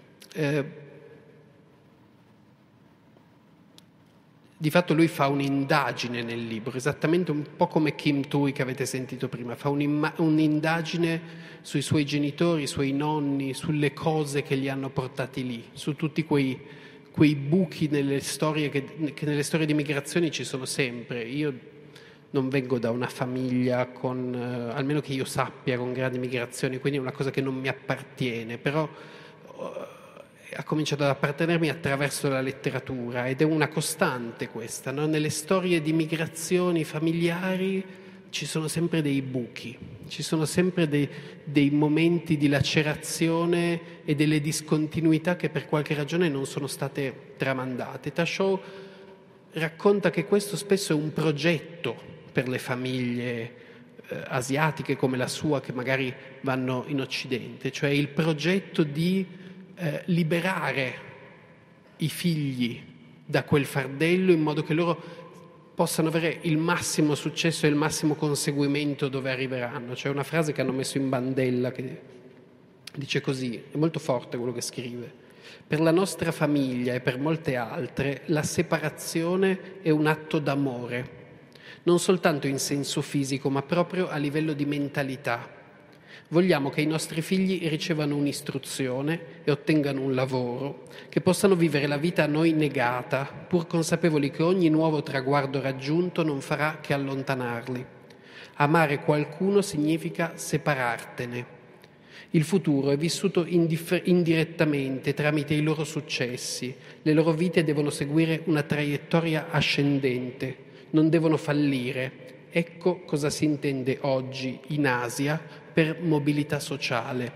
Di fatto lui fa un'indagine nel libro, esattamente un po' come Kim Thuy che avete sentito prima, fa un'indagine sui suoi genitori, i suoi nonni, sulle cose che li hanno portati lì, su tutti quei buchi nelle storie che nelle storie di migrazioni ci sono sempre. Io non vengo da una famiglia con, almeno che io sappia, con grandi migrazioni, quindi è una cosa che non mi appartiene, però ha cominciato ad appartenermi attraverso la letteratura, ed è una costante questa, no? Nelle storie di migrazioni familiari ci sono sempre dei buchi, ci sono sempre dei momenti di lacerazione e delle discontinuità che per qualche ragione non sono state tramandate. Tashō racconta che questo spesso è un progetto per le famiglie asiatiche come la sua, che magari vanno in Occidente, cioè il progetto di liberare i figli da quel fardello in modo che loro possano avere il massimo successo e il massimo conseguimento dove arriveranno. C'è una frase che hanno messo in bandella che dice così, è molto forte quello che scrive: per la nostra famiglia e per molte altre la separazione è un atto d'amore, non soltanto in senso fisico ma proprio a livello di mentalità. Vogliamo che i nostri figli ricevano un'istruzione e ottengano un lavoro, che possano vivere la vita a noi negata, pur consapevoli che ogni nuovo traguardo raggiunto non farà che allontanarli. Amare qualcuno significa separartene. Il futuro è vissuto indirettamente tramite i loro successi. Le loro vite devono seguire una traiettoria ascendente, non devono fallire. Ecco cosa si intende oggi in Asia per mobilità sociale.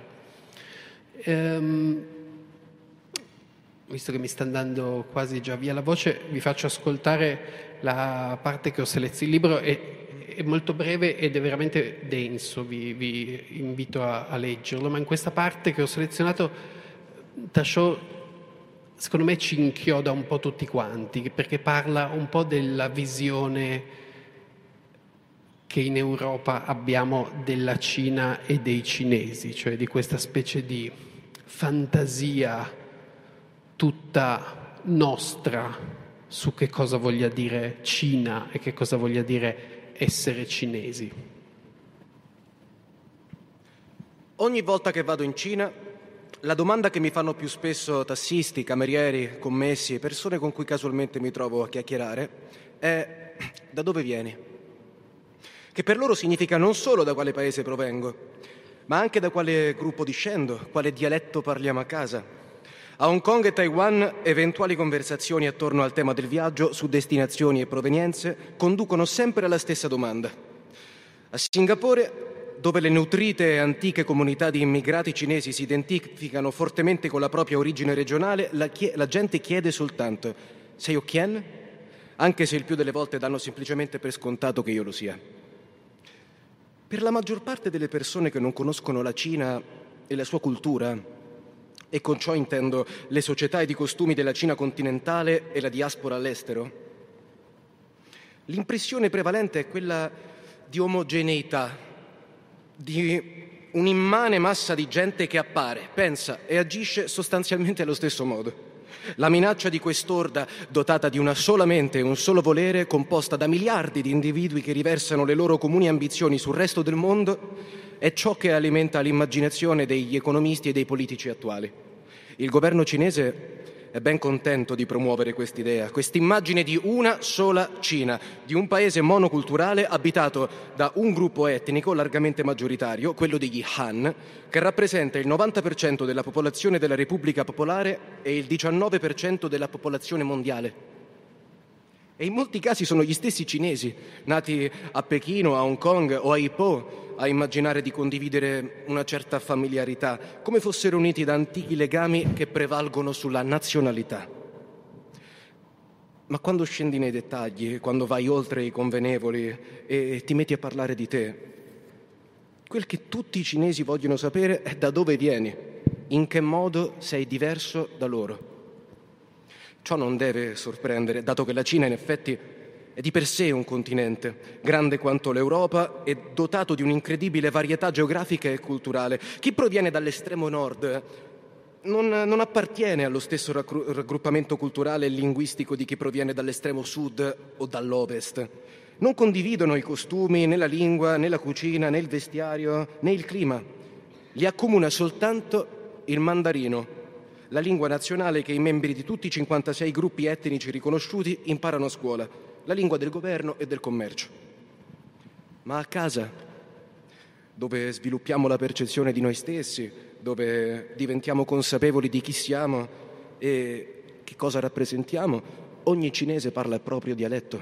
Visto che mi sta andando quasi già via la voce, vi faccio ascoltare la parte che ho selezionato. Il libro è molto breve ed è veramente denso, vi invito a leggerlo, ma in questa parte che ho selezionato Tashō secondo me ci inchioda un po' tutti quanti, perché parla un po' della visione che in Europa abbiamo della Cina e dei cinesi, cioè di questa specie di fantasia tutta nostra su che cosa voglia dire Cina e che cosa voglia dire essere cinesi. Ogni volta che vado in Cina, la domanda che mi fanno più spesso tassisti, camerieri, commessi e persone con cui casualmente mi trovo a chiacchierare è: da dove vieni? Che per loro significa non solo da quale paese provengo, ma anche da quale gruppo discendo, quale dialetto parliamo a casa. A Hong Kong e Taiwan eventuali conversazioni attorno al tema del viaggio su destinazioni e provenienze conducono sempre alla stessa domanda. A Singapore, dove le nutrite e antiche comunità di immigrati cinesi si identificano fortemente con la propria origine regionale, la gente chiede soltanto: sei Hokkien? Anche se il più delle volte danno semplicemente per scontato che io lo sia. Per la maggior parte delle persone che non conoscono la Cina e la sua cultura, e con ciò intendo le società ed i costumi della Cina continentale e la diaspora all'estero, l'impressione prevalente è quella di omogeneità, di un'immane massa di gente che appare, pensa e agisce sostanzialmente allo stesso modo. La minaccia di quest'orda, dotata di una sola mente e un solo volere, composta da miliardi di individui che riversano le loro comuni ambizioni sul resto del mondo, è ciò che alimenta l'immaginazione degli economisti e dei politici attuali. Il governo cinese è ben contento di promuovere quest'idea, quest'immagine di una sola Cina, di un paese monoculturale abitato da un gruppo etnico largamente maggioritario, quello degli Han, che rappresenta il 90% della popolazione della Repubblica Popolare e il 19% della popolazione mondiale. E in molti casi sono gli stessi cinesi, nati a Pechino, a Hong Kong o a Ipoh, a immaginare di condividere una certa familiarità, come fossero uniti da antichi legami che prevalgono sulla nazionalità. Ma quando scendi nei dettagli, quando vai oltre i convenevoli e ti metti a parlare di te, quel che tutti i cinesi vogliono sapere è da dove vieni, in che modo sei diverso da loro. Ciò non deve sorprendere, dato che la Cina in effetti è di per sé un continente, grande quanto l'Europa e dotato di un'incredibile varietà geografica e culturale. Chi proviene dall'estremo nord non appartiene allo stesso raggruppamento culturale e linguistico di chi proviene dall'estremo sud o dall'ovest. Non condividono i costumi, né la lingua, né la cucina, né il vestiario, né il clima. Li accomuna soltanto il mandarino, la lingua nazionale che i membri di tutti i 56 gruppi etnici riconosciuti imparano a scuola, la lingua del governo e del commercio. Ma a casa, dove sviluppiamo la percezione di noi stessi, dove diventiamo consapevoli di chi siamo e che cosa rappresentiamo, ogni cinese parla il proprio dialetto.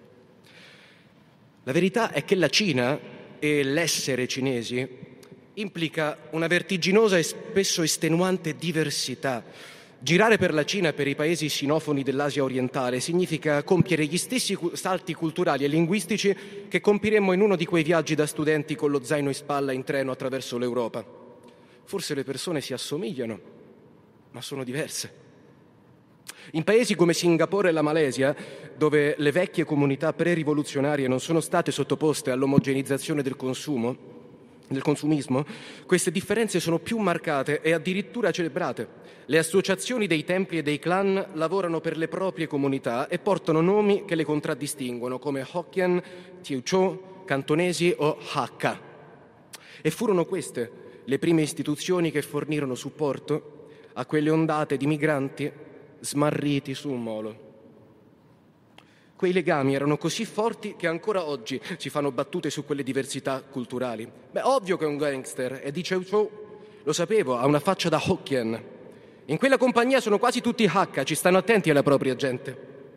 La verità è che la Cina e l'essere cinesi implica una vertiginosa e spesso estenuante diversità. Girare per la Cina e per i paesi sinofoni dell'Asia orientale significa compiere gli stessi salti culturali e linguistici che compiremmo in uno di quei viaggi da studenti con lo zaino in spalla in treno attraverso l'Europa. Forse le persone si assomigliano, ma sono diverse. In paesi come Singapore e la Malesia, dove le vecchie comunità pre-rivoluzionarie non sono state sottoposte all'omogenizzazione del consumismo, queste differenze sono più marcate e addirittura celebrate. Le associazioni dei templi e dei clan lavorano per le proprie comunità e portano nomi che le contraddistinguono, come Hokkien, Teochew, Cantonesi o Hakka. E furono queste le prime istituzioni che fornirono supporto a quelle ondate di migranti smarriti su un molo. Quei legami erano così forti che ancora oggi si fanno battute su quelle diversità culturali. Beh, ovvio che è un gangster, e dice lo sapevo, ha una faccia da Hokkien. In quella compagnia sono quasi tutti Hakka, ci stanno attenti alla propria gente.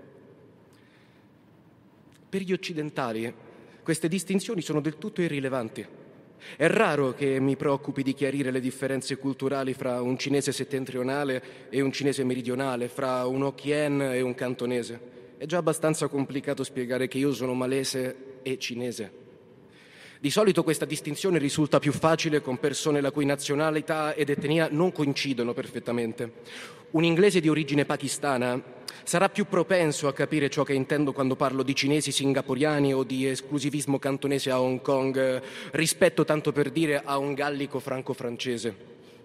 Per gli occidentali queste distinzioni sono del tutto irrilevanti. È raro che mi preoccupi di chiarire le differenze culturali fra un cinese settentrionale e un cinese meridionale, fra un Hokkien e un cantonese. È già abbastanza complicato spiegare che io sono malese e cinese. Di solito questa distinzione risulta più facile con persone la cui nazionalità ed etnia non coincidono perfettamente. Un inglese di origine pakistana sarà più propenso a capire ciò che intendo quando parlo di cinesi singaporiani o di esclusivismo cantonese a Hong Kong, rispetto, tanto per dire, a un gallico franco-francese.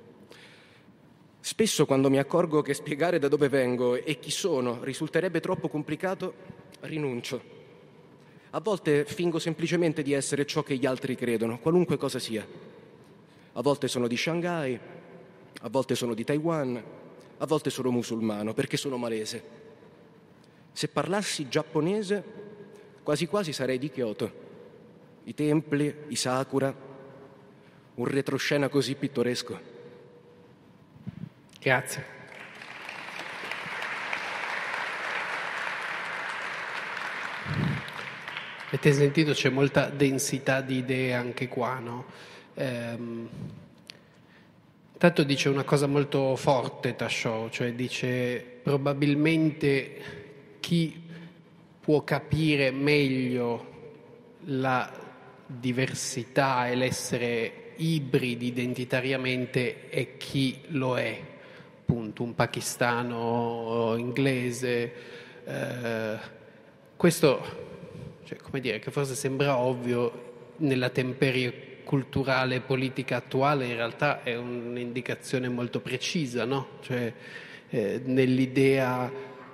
Spesso quando mi accorgo che spiegare da dove vengo e chi sono risulterebbe troppo complicato, rinuncio. A volte fingo semplicemente di essere ciò che gli altri credono, qualunque cosa sia. A volte sono di Shanghai, a volte sono di Taiwan, a volte sono musulmano, perché sono malese. Se parlassi giapponese, quasi quasi sarei di Kyoto. I templi, i sakura, un retroscena così pittoresco. Grazie. Avete sentito, c'è molta densità di idee anche qua, no? Tanto dice una cosa molto forte Tashou, cioè dice probabilmente chi può capire meglio la diversità e l'essere ibridi identitariamente è chi lo è. Appunto, un pakistano inglese, questo, cioè, come dire, che forse sembra ovvio nella temperie culturale e politica attuale, in realtà è un'indicazione molto precisa, no? Cioè, nell'idea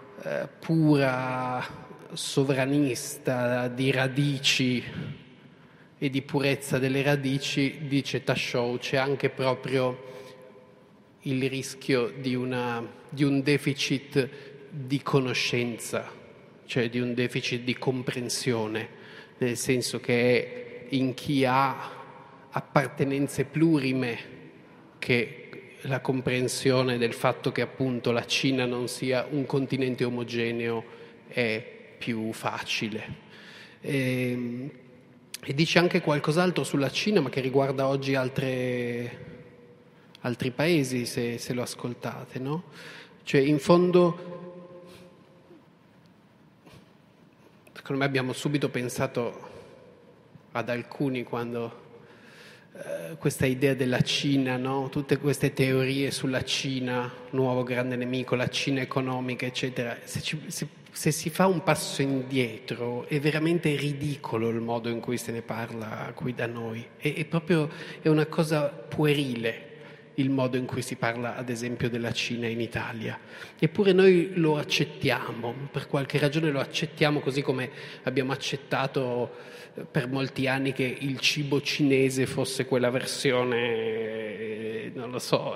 pura sovranista di radici e di purezza delle radici, dice Tashou, c'è anche proprio il rischio di un deficit di conoscenza, cioè di un deficit di comprensione, nel senso che è in chi ha appartenenze plurime che la comprensione del fatto che appunto la Cina non sia un continente omogeneo è più facile. E dice anche qualcos'altro sulla Cina, ma che riguarda oggi altri paesi, se lo ascoltate, no? Cioè, in fondo, secondo me abbiamo subito pensato ad alcuni quando questa idea della Cina, no? Tutte queste teorie sulla Cina, nuovo grande nemico, la Cina economica, eccetera. Se si fa un passo indietro è veramente ridicolo il modo in cui se ne parla qui da noi. È proprio una cosa puerile il modo in cui si parla, ad esempio, della Cina in Italia. Eppure noi lo accettiamo, per qualche ragione lo accettiamo, così come abbiamo accettato per molti anni che il cibo cinese fosse quella versione, non lo so,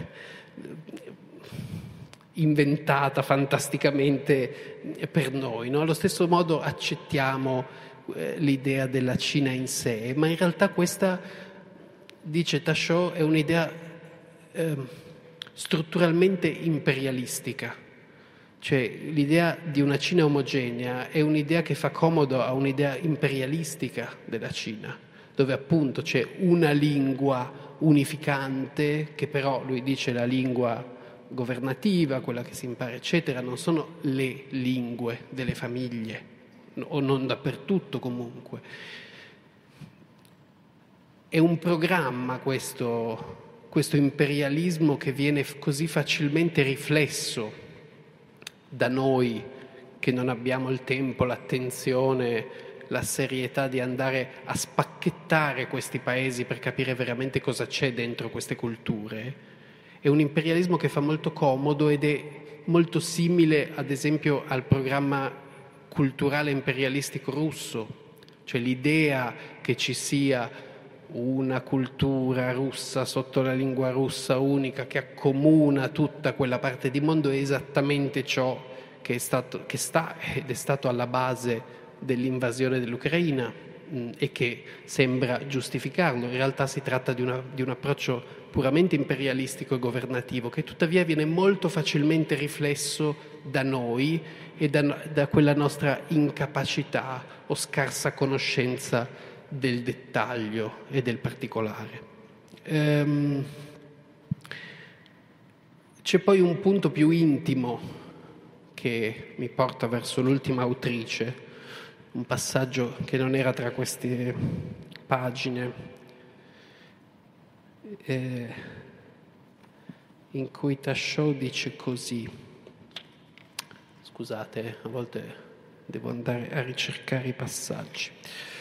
inventata fantasticamente per noi, no? Allo stesso modo accettiamo l'idea della Cina in sé, ma in realtà questa, dice Tashò, è un'idea strutturalmente imperialistica. Cioè l'idea di una Cina omogenea è un'idea che fa comodo a un'idea imperialistica della Cina, dove appunto c'è una lingua unificante, che però lui dice la lingua governativa, quella che si impara, eccetera, non sono le lingue delle famiglie, o non dappertutto comunque. È un programma questo imperialismo che viene così facilmente riflesso da noi che non abbiamo il tempo, l'attenzione, la serietà di andare a spacchettare questi paesi per capire veramente cosa c'è dentro queste culture. È un imperialismo che fa molto comodo ed è molto simile, ad esempio, al programma culturale imperialistico russo, cioè l'idea che ci sta una cultura russa sotto la lingua russa unica che accomuna tutta quella parte di mondo è esattamente ciò che sta ed è stato alla base dell'invasione dell'Ucraina e che sembra giustificarlo. In realtà si tratta di un approccio puramente imperialistico e governativo che tuttavia viene molto facilmente riflesso da noi e da quella nostra incapacità o scarsa conoscenza del dettaglio e del particolare. C'è poi un punto più intimo che mi porta verso l'ultima autrice, un passaggio che non era tra queste pagine, in cui Tashò dice così. Scusate, a volte devo andare a ricercare i passaggi.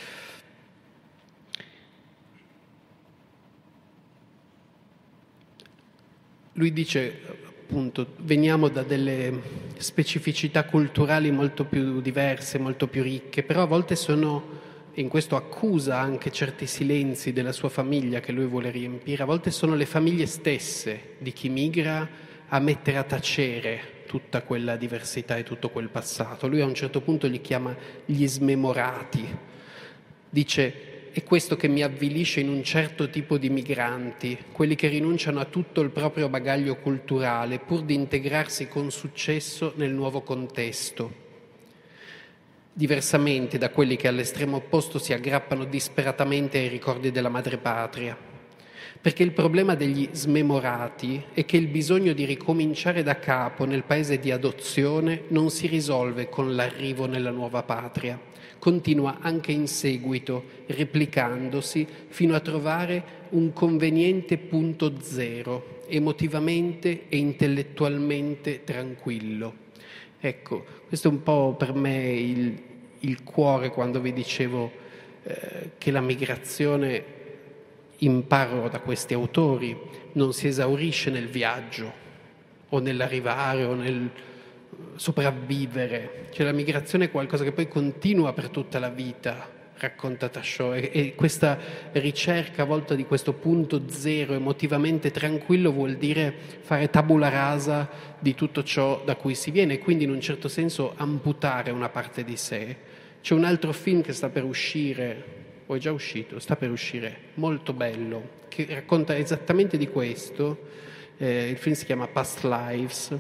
Lui dice, appunto, veniamo da delle specificità culturali molto più diverse, molto più ricche, però a volte in questo accusa anche certi silenzi della sua famiglia che lui vuole riempire, a volte sono le famiglie stesse di chi migra a mettere a tacere tutta quella diversità e tutto quel passato. Lui a un certo punto li chiama gli smemorati, dice: è questo che mi avvilisce in un certo tipo di migranti, quelli che rinunciano a tutto il proprio bagaglio culturale pur di integrarsi con successo nel nuovo contesto, diversamente da quelli che all'estremo opposto si aggrappano disperatamente ai ricordi della madrepatria. Perché il problema degli smemorati è che il bisogno di ricominciare da capo nel paese di adozione non si risolve con l'arrivo nella nuova patria. Continua anche in seguito, replicandosi, fino a trovare un conveniente punto zero, emotivamente e intellettualmente tranquillo. Ecco, questo è un po' per me il cuore quando vi dicevo che la migrazione, imparo da questi autori, non si esaurisce nel viaggio o nell'arrivare o nel sopravvivere. Cioè la migrazione è qualcosa che poi continua per tutta la vita, racconta Tasciò, e questa ricerca a volte di questo punto zero emotivamente tranquillo vuol dire fare tabula rasa di tutto ciò da cui si viene, e quindi in un certo senso amputare una parte di sé. C'è un altro film che sta per uscire, o è già uscito, sta per uscire, molto bello, che racconta esattamente di questo. Il film si chiama Past Lives.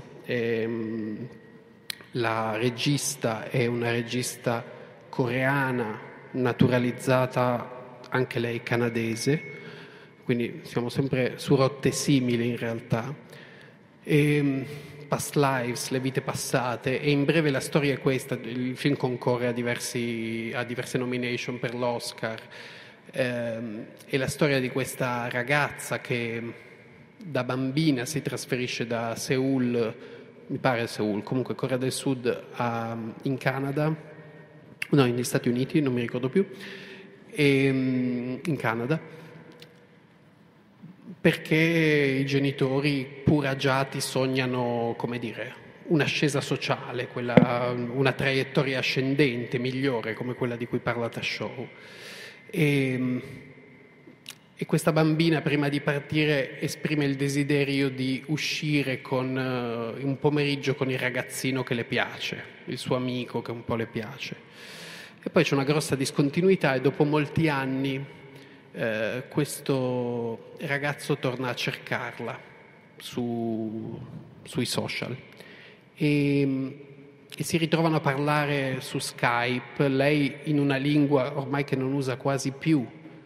La regista è una regista coreana naturalizzata, anche lei canadese, quindi siamo sempre su rotte simili in realtà. Past Lives, le vite passate, e in breve la storia è questa. Il film concorre a diverse nomination per l'Oscar. È la storia di questa ragazza che da bambina si trasferisce da Seoul, mi pare Seoul, comunque Corea del Sud, in Canada, no, negli Stati Uniti, non mi ricordo più, in Canada, perché i genitori pur agiati sognano, come dire, un'ascesa sociale, una traiettoria ascendente, migliore, come quella di cui parla Tasciò. E questa bambina, prima di partire, esprime il desiderio di uscire un pomeriggio con il ragazzino che le piace, il suo amico che un po' le piace. E poi c'è una grossa discontinuità, e dopo molti anni questo ragazzo torna a cercarla sui social e si ritrovano a parlare su Skype, lei in una lingua ormai che non usa quasi più.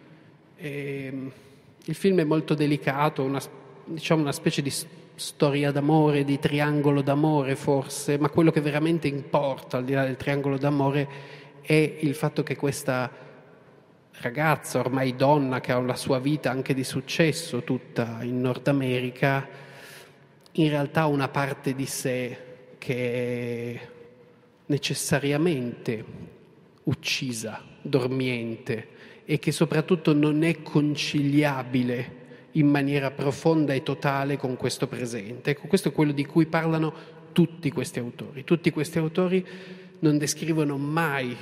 Il film è molto delicato, una specie di storia d'amore, di triangolo d'amore forse, ma quello che veramente importa al di là del triangolo d'amore è il fatto che questa ragazza, ormai donna, che ha la sua vita anche di successo tutta in Nord America, in realtà ha una parte di sé che è necessariamente uccisa, dormiente, e che soprattutto non è conciliabile in maniera profonda e totale con questo presente. Ecco, questo è quello di cui parlano tutti questi autori. Tutti questi autori non descrivono mai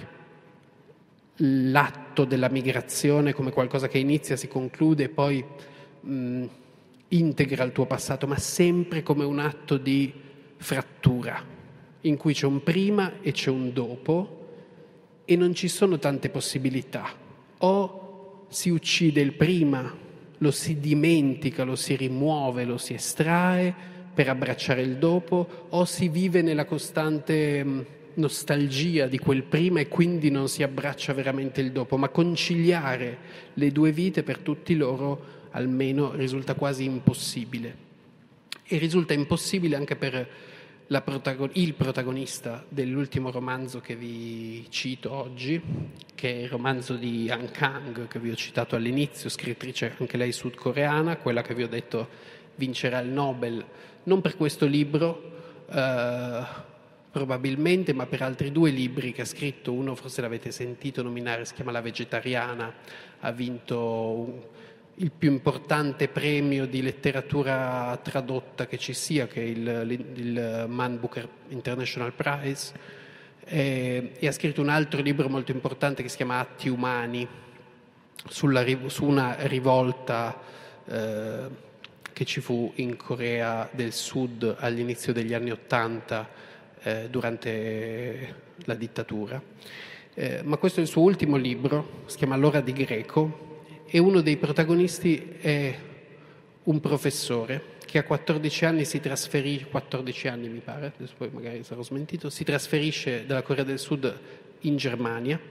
l'atto della migrazione come qualcosa che inizia, si conclude e poi integra il tuo passato, ma sempre come un atto di frattura, in cui c'è un prima e c'è un dopo, e non ci sono tante possibilità. O si uccide il prima, lo si dimentica, lo si rimuove, lo si estrae per abbracciare il dopo, o si vive nella costante nostalgia di quel prima e quindi non si abbraccia veramente il dopo, ma conciliare le due vite per tutti loro almeno risulta quasi impossibile. E risulta impossibile anche per il protagonista dell'ultimo romanzo che vi cito oggi, che è il romanzo di Han Kang, che vi ho citato all'inizio, scrittrice anche lei sudcoreana, quella che vi ho detto vincerà il Nobel, non per questo libro probabilmente, ma per altri due libri che ha scritto. Uno forse l'avete sentito nominare, si chiama La vegetariana, ha vinto il più importante premio di letteratura tradotta che ci sia, che è il Man Booker International Prize, e ha scritto un altro libro molto importante che si chiama Atti Umani, su una rivolta che ci fu in Corea del Sud all'inizio degli anni '80 durante la dittatura. Ma questo è il suo ultimo libro, si chiama L'ora di Greco, e uno dei protagonisti è un professore che a 14 anni si trasferisce, 14 anni mi pare, adesso poi magari sarò smentito, si trasferisce dalla Corea del Sud in Germania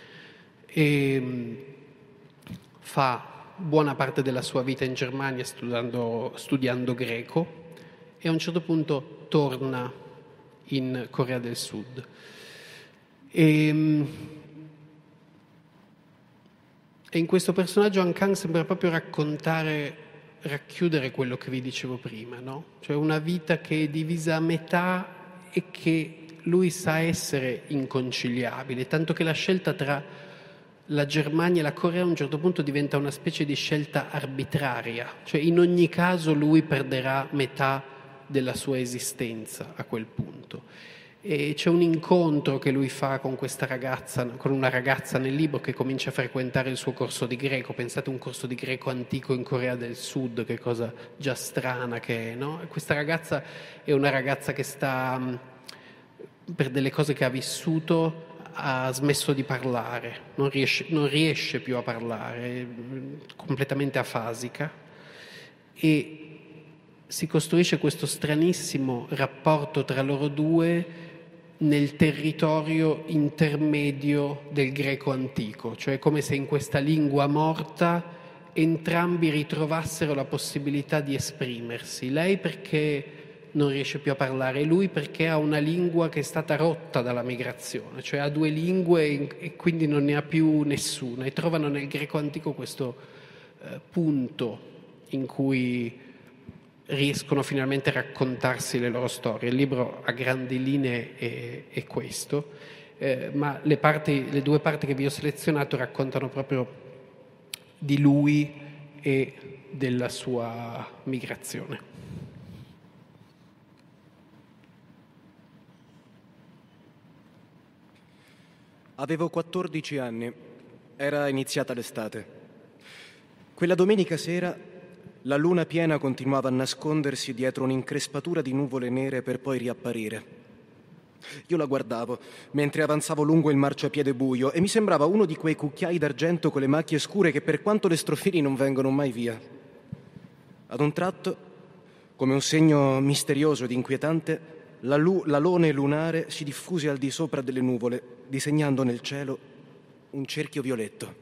e fa buona parte della sua vita in Germania studiando greco, e a un certo punto torna in Corea del Sud. E in questo personaggio Han Kang sembra proprio racchiudere quello che vi dicevo prima, no? Cioè una vita che è divisa a metà e che lui sa essere inconciliabile, tanto che la scelta tra la Germania e la Corea a un certo punto diventa una specie di scelta arbitraria, cioè in ogni caso lui perderà metà della sua esistenza a quel punto. E c'è un incontro che lui fa con questa ragazza, con una ragazza nel libro, che comincia a frequentare il suo corso di greco. Pensate, un corso di greco antico in Corea del Sud, che cosa già strana che è, no? E questa ragazza è una ragazza che sta, per delle cose che ha vissuto, ha smesso di parlare, non riesce più a parlare, è completamente afasica, e si costruisce questo stranissimo rapporto tra loro due nel territorio intermedio del greco antico, cioè come se in questa lingua morta entrambi ritrovassero la possibilità di esprimersi, lei perché non riesce più a parlare, e lui perché ha una lingua che è stata rotta dalla migrazione, cioè ha due lingue e quindi non ne ha più nessuna, e trovano nel greco antico questo punto in cui riescono finalmente a raccontarsi le loro storie. Il libro a grandi linee è questo, ma le due parti che vi ho selezionato raccontano proprio di lui e della sua migrazione. Avevo 14 anni, era iniziata l'estate. Quella domenica sera la luna piena continuava a nascondersi dietro un'increspatura di nuvole nere per poi riapparire. Io la guardavo mentre avanzavo lungo il marciapiede buio e mi sembrava uno di quei cucchiai d'argento con le macchie scure che per quanto le strofini non vengono mai via. Ad un tratto, come un segno misterioso ed inquietante, l'alone lunare si diffuse al di sopra delle nuvole, disegnando nel cielo un cerchio violetto.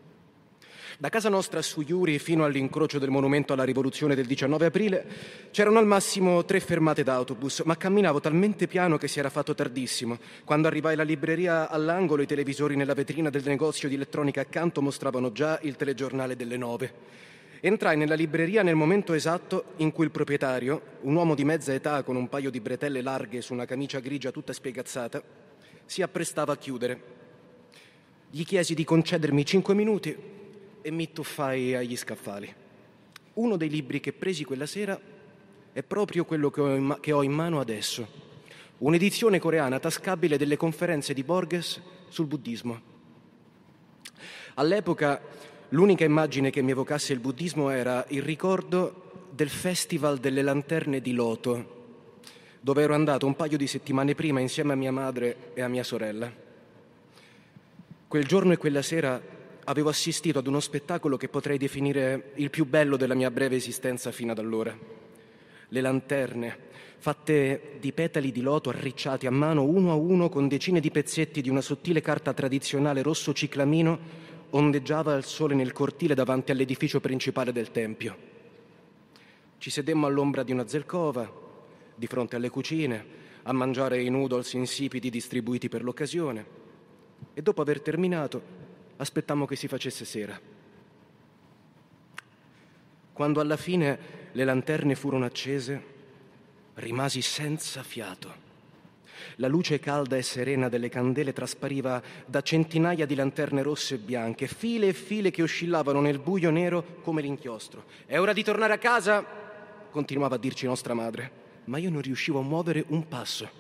Da casa nostra su Iuri fino all'incrocio del monumento alla rivoluzione del 19 aprile c'erano al massimo 3 fermate d'autobus, ma camminavo talmente piano che si era fatto tardissimo. Quando arrivai alla libreria all'angolo, i televisori nella vetrina del negozio di elettronica accanto mostravano già il telegiornale delle 9. Entrai nella libreria nel momento esatto in cui il proprietario, un uomo di mezza età con un paio di bretelle larghe su una camicia grigia tutta spiegazzata, si apprestava a chiudere. Gli chiesi di concedermi 5 minuti e mi tuffai agli scaffali. Uno dei libri che presi quella sera è proprio quello che ho in mano adesso, un'edizione coreana tascabile delle conferenze di Borges sul buddismo. All'epoca l'unica immagine che mi evocasse il buddismo era il ricordo del Festival delle Lanterne di Loto, dove ero andato un paio di settimane prima insieme a mia madre e a mia sorella. Quel giorno e quella sera avevo assistito ad uno spettacolo che potrei definire il più bello della mia breve esistenza fino ad allora. Le lanterne, fatte di petali di loto arricciati a uno con decine di pezzetti di una sottile carta tradizionale rosso ciclamino, ondeggiava al sole nel cortile davanti all'edificio principale del tempio. Ci sedemmo all'ombra di una zelkova, di fronte alle cucine, a mangiare i noodles insipidi distribuiti per l'occasione, e dopo aver terminato aspettammo che si facesse sera. Quando alla fine le lanterne furono accese, rimasi senza fiato. La luce calda e serena delle candele traspariva da centinaia di lanterne rosse e bianche, file e file che oscillavano nel buio nero come l'inchiostro. «È ora di tornare a casa!» continuava a dirci nostra madre, ma io non riuscivo a muovere un passo.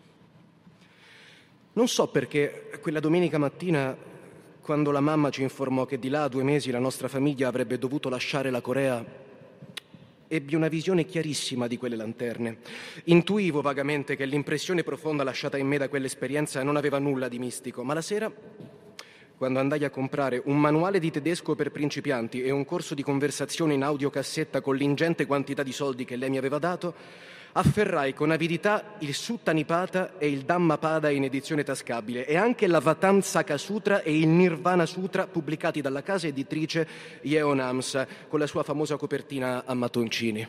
Non so perché quella domenica mattina, quando la mamma ci informò che di là a 2 mesi la nostra famiglia avrebbe dovuto lasciare la Corea, ebbi una visione chiarissima di quelle lanterne. Intuivo vagamente che l'impressione profonda lasciata in me da quell'esperienza non aveva nulla di mistico, ma la sera, quando andai a comprare un manuale di tedesco per principianti e un corso di conversazione in audiocassetta con l'ingente quantità di soldi che lei mi aveva dato, afferrai con avidità il Sutta Nipata e il Dhammapada in edizione tascabile e anche la Vatamsaka Sutra e il Nirvana Sutra pubblicati dalla casa editrice Yeonamsa con la sua famosa copertina a mattoncini.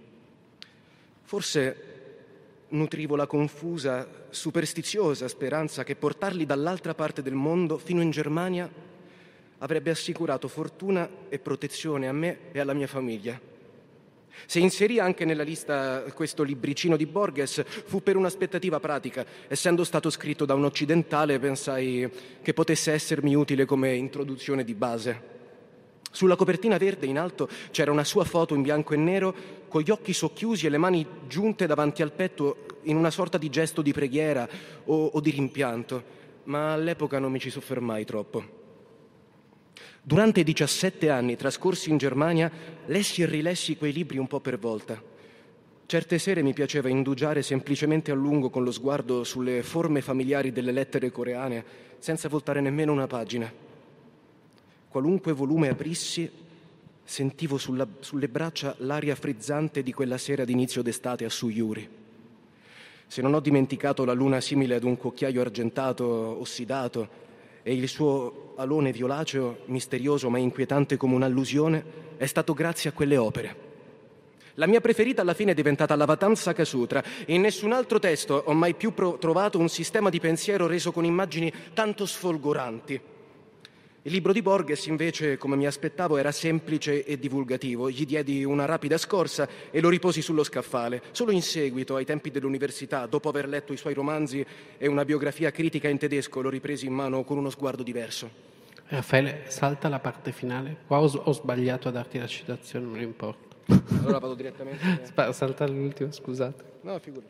Forse nutrivo la confusa, superstiziosa speranza che portarli dall'altra parte del mondo fino in Germania avrebbe assicurato fortuna e protezione a me e alla mia famiglia. Se inserì anche nella lista questo libricino di Borges fu per un'aspettativa pratica. Essendo stato scritto da un occidentale, pensai che potesse essermi utile come introduzione di base. Sulla copertina verde in alto c'era una sua foto in bianco e nero con gli occhi socchiusi e le mani giunte davanti al petto in una sorta di gesto di preghiera o di rimpianto, ma all'epoca non mi ci soffermai troppo. Durante i 17 anni trascorsi in Germania lessi e rilessi quei libri un po' per volta. Certe sere mi piaceva indugiare semplicemente a lungo con lo sguardo sulle forme familiari delle lettere coreane, senza voltare nemmeno una pagina. Qualunque volume aprissi, sentivo sulle braccia l'aria frizzante di quella sera d'inizio d'estate a Suyuri. Se non ho dimenticato la luna simile ad un cucchiaio argentato ossidato e il suo alone violaceo, misterioso ma inquietante come un'allusione, è stato grazie a quelle opere. La mia preferita alla fine è diventata l'Avatamsaka Sutra. In nessun altro testo ho mai più trovato un sistema di pensiero reso con immagini tanto sfolgoranti. Il libro di Borges, invece, come mi aspettavo, era semplice e divulgativo. Gli diedi una rapida scorsa e lo riposi sullo scaffale. Solo in seguito, ai tempi dell'università, dopo aver letto i suoi romanzi e una biografia critica in tedesco, lo ripresi in mano con uno sguardo diverso. Raffaele, salta la parte finale. Qua ho sbagliato a darti la citazione, non importa. Allora vado direttamente. Salta l'ultimo, scusate. No, figurati.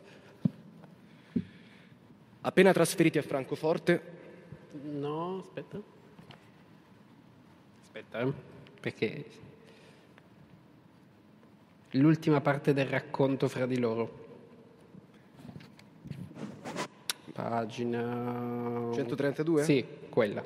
Appena trasferiti a Francoforte... No, aspetta, perché l'ultima parte del racconto fra di loro. Pagina 132? Sì, quella.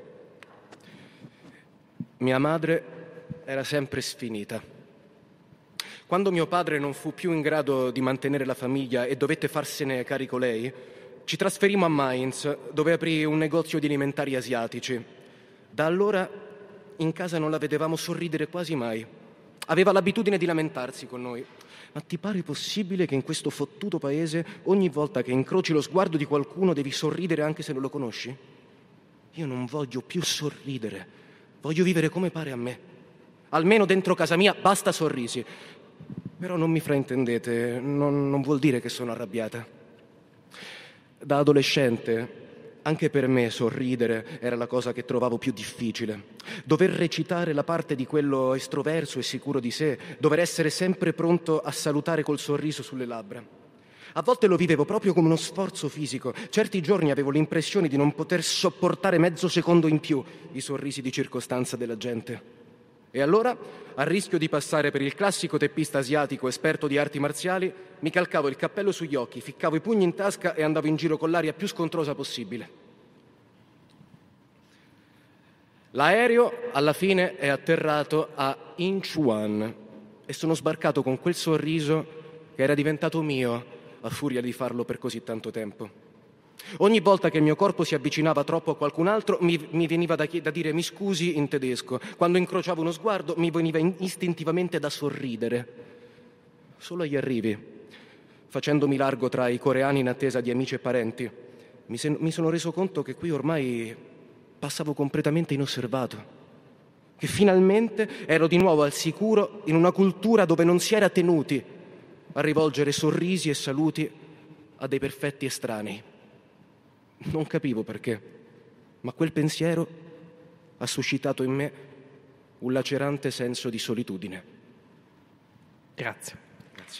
Mia madre era sempre sfinita. Quando mio padre non fu più in grado di mantenere la famiglia e dovette farsene carico lei, ci trasferimmo a Mainz, dove aprì un negozio di alimentari asiatici. Da allora in casa non la vedevamo sorridere quasi mai. Aveva l'abitudine di lamentarsi con noi. Ma ti pare possibile che in questo fottuto paese ogni volta che incroci lo sguardo di qualcuno devi sorridere anche se non lo conosci? Io non voglio più sorridere. Voglio vivere come pare a me. Almeno dentro casa mia basta sorrisi. Però non mi fraintendete, non vuol dire che sono arrabbiata. Da adolescente, anche per me sorridere era la cosa che trovavo più difficile. Dover recitare la parte di quello estroverso e sicuro di sé, dover essere sempre pronto a salutare col sorriso sulle labbra. A volte lo vivevo proprio come uno sforzo fisico. Certi giorni avevo l'impressione di non poter sopportare mezzo secondo in più i sorrisi di circostanza della gente. E allora, a rischio di passare per il classico teppista asiatico esperto di arti marziali, mi calcavo il cappello sugli occhi, ficcavo i pugni in tasca e andavo in giro con l'aria più scontrosa possibile. L'aereo, alla fine, è atterrato a Incheon e sono sbarcato con quel sorriso che era diventato mio a furia di farlo per così tanto tempo. Ogni volta che il mio corpo si avvicinava troppo a qualcun altro mi veniva da dire mi scusi in tedesco. Quando incrociavo uno sguardo mi veniva istintivamente da sorridere. Solo agli arrivi, facendomi largo tra i coreani in attesa di amici e parenti, mi sono reso conto che qui ormai passavo completamente inosservato, che finalmente ero di nuovo al sicuro in una cultura dove non si era tenuti a rivolgere sorrisi e saluti a dei perfetti estranei. Non capivo perché, ma quel pensiero ha suscitato in me un lacerante senso di solitudine. Grazie. Grazie.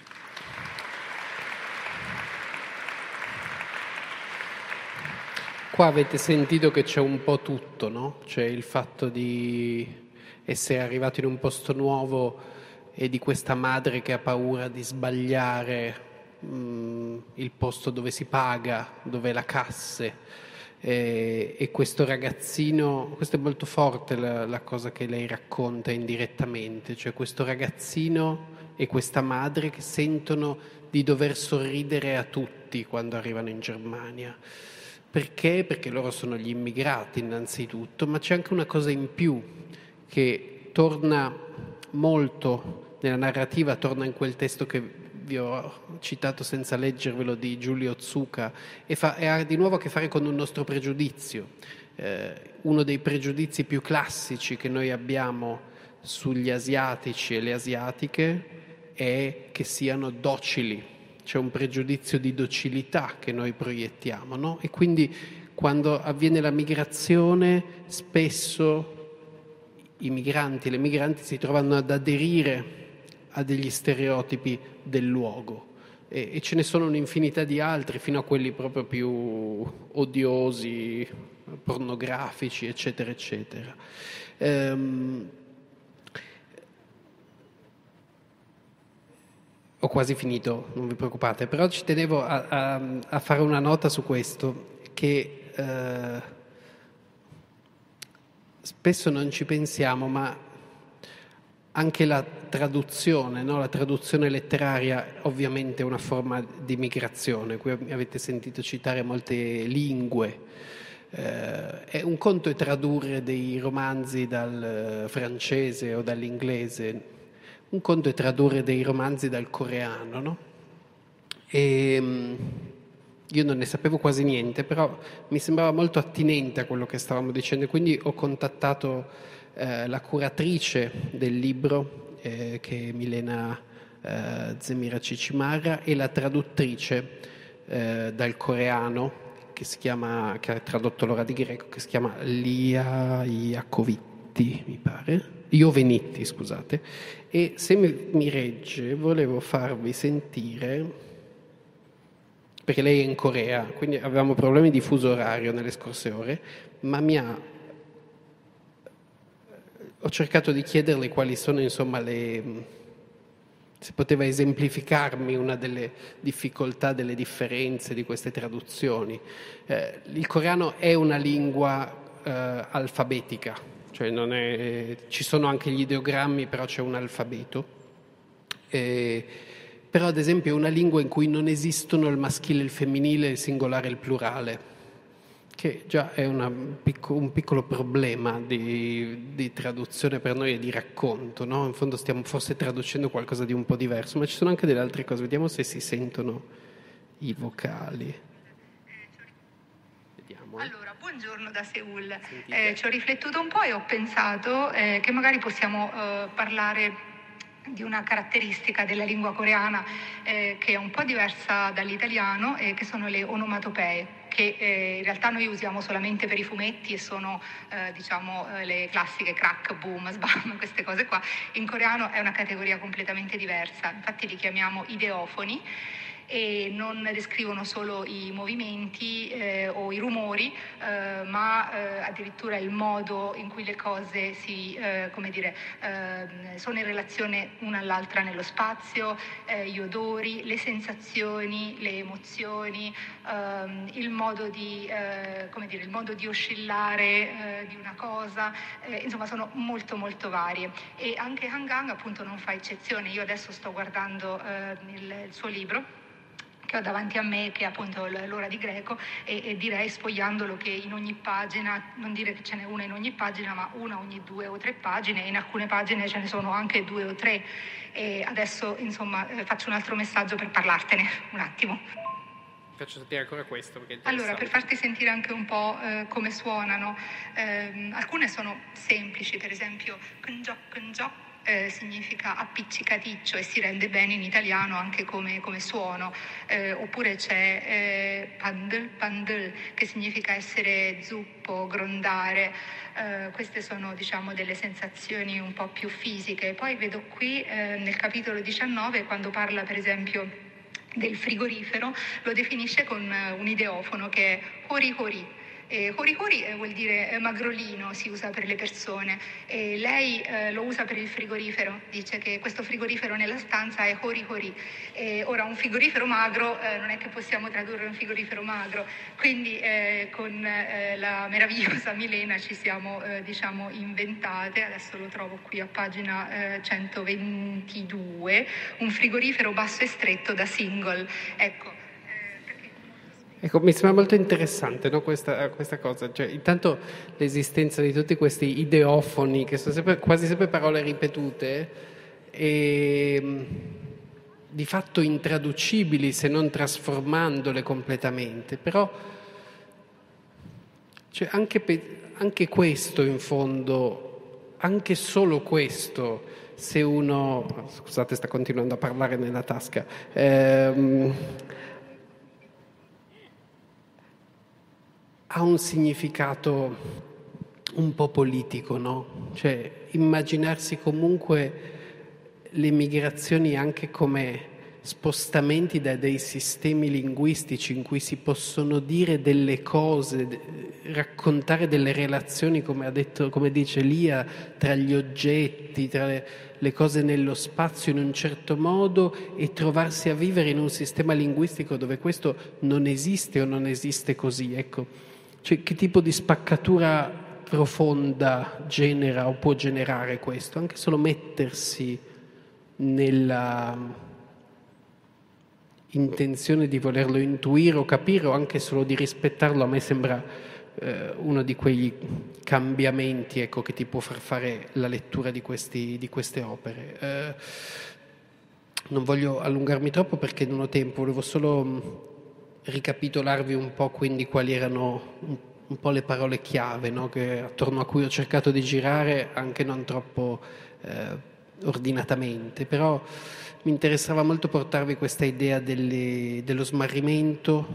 Qua avete sentito che c'è un po' tutto, no? C'è il fatto di essere arrivato in un posto nuovo e di questa madre che ha paura di sbagliare il posto dove si paga, dove è la casse, e questo ragazzino, questo è molto forte la cosa che lei racconta indirettamente, cioè questo ragazzino e questa madre che sentono di dover sorridere a tutti quando arrivano in Germania. Perché? Perché loro sono gli immigrati innanzitutto, ma c'è anche una cosa in più che torna molto nella narrativa, torna in quel testo che vi ho citato senza leggervelo di Giulio Zucca e ha di nuovo a che fare con un nostro pregiudizio. Uno dei pregiudizi più classici che noi abbiamo sugli asiatici e le asiatiche è che siano docili. C'è un pregiudizio di docilità che noi proiettiamo, no? E quindi quando avviene la migrazione spesso i migranti e le migranti si trovano ad aderire a degli stereotipi del luogo, e ce ne sono un'infinità di altri, fino a quelli proprio più odiosi, pornografici, eccetera, eccetera. Ho quasi finito, non vi preoccupate, però ci tenevo a fare una nota su questo, che spesso non ci pensiamo, ma anche la traduzione, no? La traduzione letteraria ovviamente è una forma di migrazione. Qui avete sentito citare molte lingue. È un conto è tradurre dei romanzi dal francese o dall'inglese, un conto è tradurre dei romanzi dal coreano, no? E io non ne sapevo quasi niente, però mi sembrava molto attinente a quello che stavamo dicendo, quindi ho contattato la curatrice del libro, che è Milena Zemira Cicimarra, e la traduttrice dal coreano, che ha tradotto l'ora di greco, che si chiama Lia Iacovitti, mi pare. Iovenitti, scusate. E se mi regge, volevo farvi sentire, perché lei è in Corea, quindi avevamo problemi di fuso orario nelle scorse ore, ma ho cercato di chiederle quali sono, insomma, se poteva esemplificarmi una delle difficoltà, delle differenze di queste traduzioni. Il coreano è una lingua alfabetica, cioè ci sono anche gli ideogrammi, però c'è un alfabeto. Però ad esempio è una lingua in cui non esistono il maschile e il femminile, il singolare e il plurale, che già è un piccolo problema di traduzione per noi e di racconto, no? In fondo stiamo forse traducendo qualcosa di un po' diverso, ma ci sono anche delle altre cose. Vediamo se si sentono i vocali. Vediamo. Allora, buongiorno da Seul. Ci ho riflettuto un po' e ho pensato che magari possiamo parlare di una caratteristica della lingua coreana che è un po' diversa dall'italiano, che sono le onomatopee, che in realtà noi usiamo solamente per i fumetti e sono le classiche crack, boom, sbam, queste cose qua. In coreano è una categoria completamente diversa, infatti li chiamiamo ideofoni, e non descrivono solo i movimenti o i rumori, ma addirittura il modo in cui le cose sono in relazione una all'altra nello spazio, gli odori, le sensazioni, le emozioni, il modo di oscillare di una cosa, insomma sono molto molto varie, e anche Hangang appunto non fa eccezione. Io adesso sto guardando il suo libro che ho davanti a me, che è appunto l'ora di greco, e direi, sfogliandolo, che in ogni pagina, non dire che ce n'è una in ogni pagina, ma una ogni 2 o 3 pagine, e in alcune pagine ce ne sono anche 2 o 3. E adesso insomma faccio un altro messaggio per parlartene un attimo. Faccio sentire ancora questo, perché allora, per farti sentire anche un po' come suonano, alcune sono semplici, per esempio kunjok significa appiccicaticcio e si rende bene in italiano anche come suono, oppure c'è pandel, che significa essere zuppo, grondare. Queste sono delle sensazioni un po' più fisiche. Poi vedo qui nel capitolo 19, quando parla per esempio del frigorifero, lo definisce con un ideofono che è hori hori. Hori hori vuol dire magrolino, si usa per le persone, e lei lo usa per il frigorifero, dice che questo frigorifero nella stanza è hori hori. Ora un frigorifero magro non è che possiamo tradurre un frigorifero magro, quindi con la meravigliosa Milena ci siamo inventate, adesso lo trovo qui a pagina 122, un frigorifero basso e stretto da single, Ecco, mi sembra molto interessante, no, questa cosa. Cioè, intanto l'esistenza di tutti questi ideofoni, che sono quasi sempre parole ripetute e di fatto intraducibili se non trasformandole completamente. Però cioè, anche questo in fondo, anche solo questo, se uno... Scusate, sta continuando a parlare nella tasca. Ha un significato un po' politico, no? Cioè immaginarsi comunque le migrazioni anche come spostamenti da dei sistemi linguistici in cui si possono dire delle cose, raccontare delle relazioni, come dice Lia, tra gli oggetti, tra le cose nello spazio in un certo modo, e trovarsi a vivere in un sistema linguistico dove questo non esiste o non esiste così. Ecco, cioè, che tipo di spaccatura profonda genera o può generare questo? Anche solo mettersi nella intenzione di volerlo intuire o capire, o anche solo di rispettarlo, a me sembra uno di quegli cambiamenti, ecco, che ti può far fare la lettura di queste opere. Non voglio allungarmi troppo perché non ho tempo, volevo solo ricapitolarvi un po' quindi quali erano un po' le parole chiave, no? Attorno a cui ho cercato di girare, anche non troppo ordinatamente, però mi interessava molto portarvi questa idea dello smarrimento,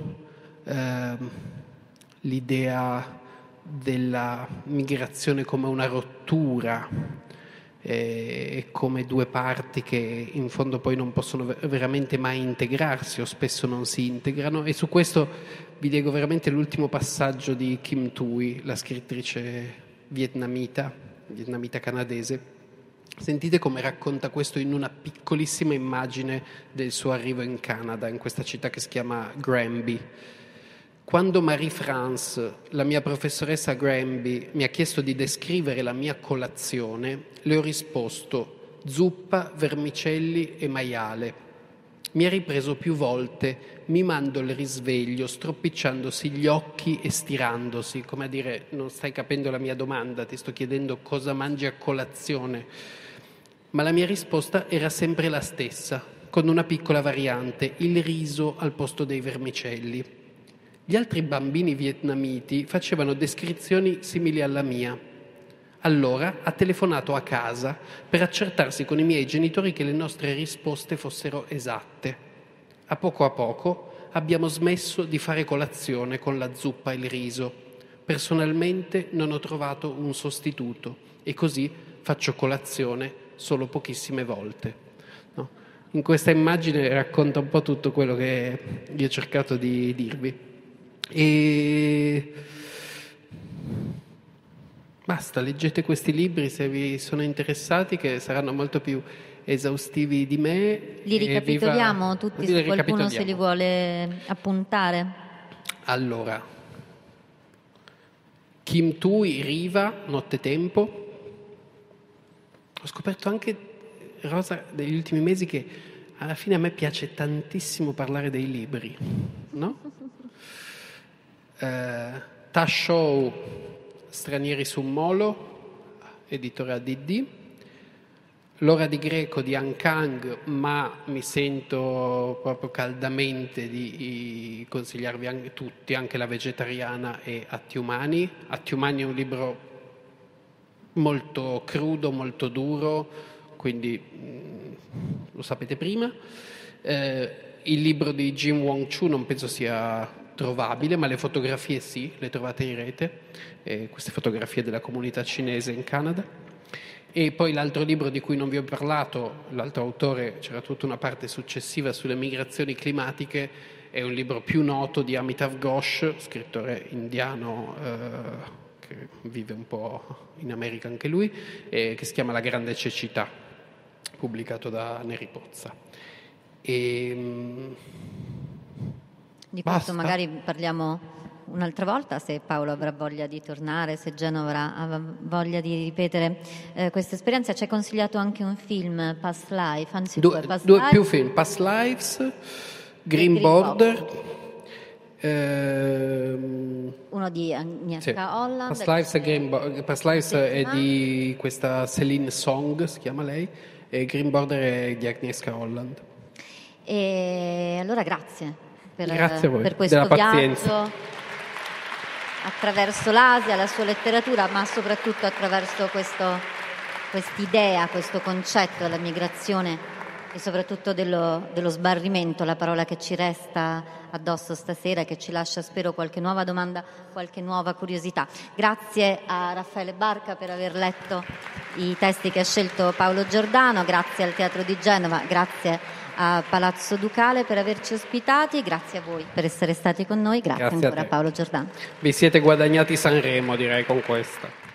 l'idea della migrazione come una rottura, e come due parti che in fondo poi non possono veramente mai integrarsi, o spesso non si integrano. E su questo vi leggo veramente l'ultimo passaggio di Kim Thuy, la scrittrice vietnamita canadese. Sentite come racconta questo in una piccolissima immagine del suo arrivo in Canada, in questa città che si chiama Granby. Quando Marie-France, la mia professoressa Granby, mi ha chiesto di descrivere la mia colazione, le ho risposto: zuppa, vermicelli e maiale. Mi ha ripreso più volte, mimando il risveglio, stropicciandosi gli occhi e stirandosi, come a dire: non stai capendo la mia domanda, ti sto chiedendo cosa mangi a colazione. Ma la mia risposta era sempre la stessa, con una piccola variante: il riso al posto dei vermicelli. Gli altri bambini vietnamiti facevano descrizioni simili alla mia. Allora ha telefonato a casa per accertarsi con i miei genitori che le nostre risposte fossero esatte. A poco abbiamo smesso di fare colazione con la zuppa e il riso. Personalmente non ho trovato un sostituto e così faccio colazione solo pochissime volte. No? In questa immagine racconta un po' tutto quello che io ho cercato di dirvi. E basta, leggete questi libri se vi sono interessati, che saranno molto più esaustivi di me. Li ricapitoliamo tutti, se qualcuno se li vuole appuntare. Allora, Kim Thuy, Riva, Nottetempo. Ho scoperto anche, Rosa, negli ultimi mesi, che alla fine a me piace tantissimo parlare dei libri, no? Tashow, Stranieri su un molo, editore ADD. L'ora di greco di Han Kang, ma mi sento proprio caldamente di consigliarvi anche tutti, anche La vegetariana e Atti umani. Atti umani è un libro molto crudo, molto duro, quindi lo sapete prima. Il libro di Jim Wong Chu non penso sia trovabile, ma le fotografie sì, le trovate in rete, queste fotografie della comunità cinese in Canada. E poi l'altro libro di cui non vi ho parlato, l'altro autore, c'era tutta una parte successiva sulle migrazioni climatiche, è un libro più noto di Amitav Ghosh, scrittore indiano che vive un po' in America anche lui, che si chiama La grande cecità, pubblicato da Neri Pozza. Di questo magari parliamo un'altra volta, se Paolo avrà voglia di tornare, se Genova avrà voglia di ripetere questa esperienza. Ci hai consigliato anche un film, Past Life, anzi più film, Past Lives, Green Border, uno di Agnieszka Holland. Past Lives è di questa Céline Song, si chiama lei, e Green Border è di Agnieszka Holland. E allora grazie a voi per questo pazienza. viaggio attraverso l'Asia, la sua letteratura, ma soprattutto attraverso quest'idea, questo concetto della migrazione e soprattutto dello sbarrimento, la parola che ci resta addosso stasera e che ci lascia, spero, qualche nuova domanda, qualche nuova curiosità. Grazie a Raffaele Barca per aver letto i testi che ha scelto Paolo Giordano, grazie al Teatro di Genova, grazie a Palazzo Ducale per averci ospitati, grazie a voi per essere stati con noi, grazie ancora a Paolo Giordano. Vi siete guadagnati Sanremo, direi, con questa.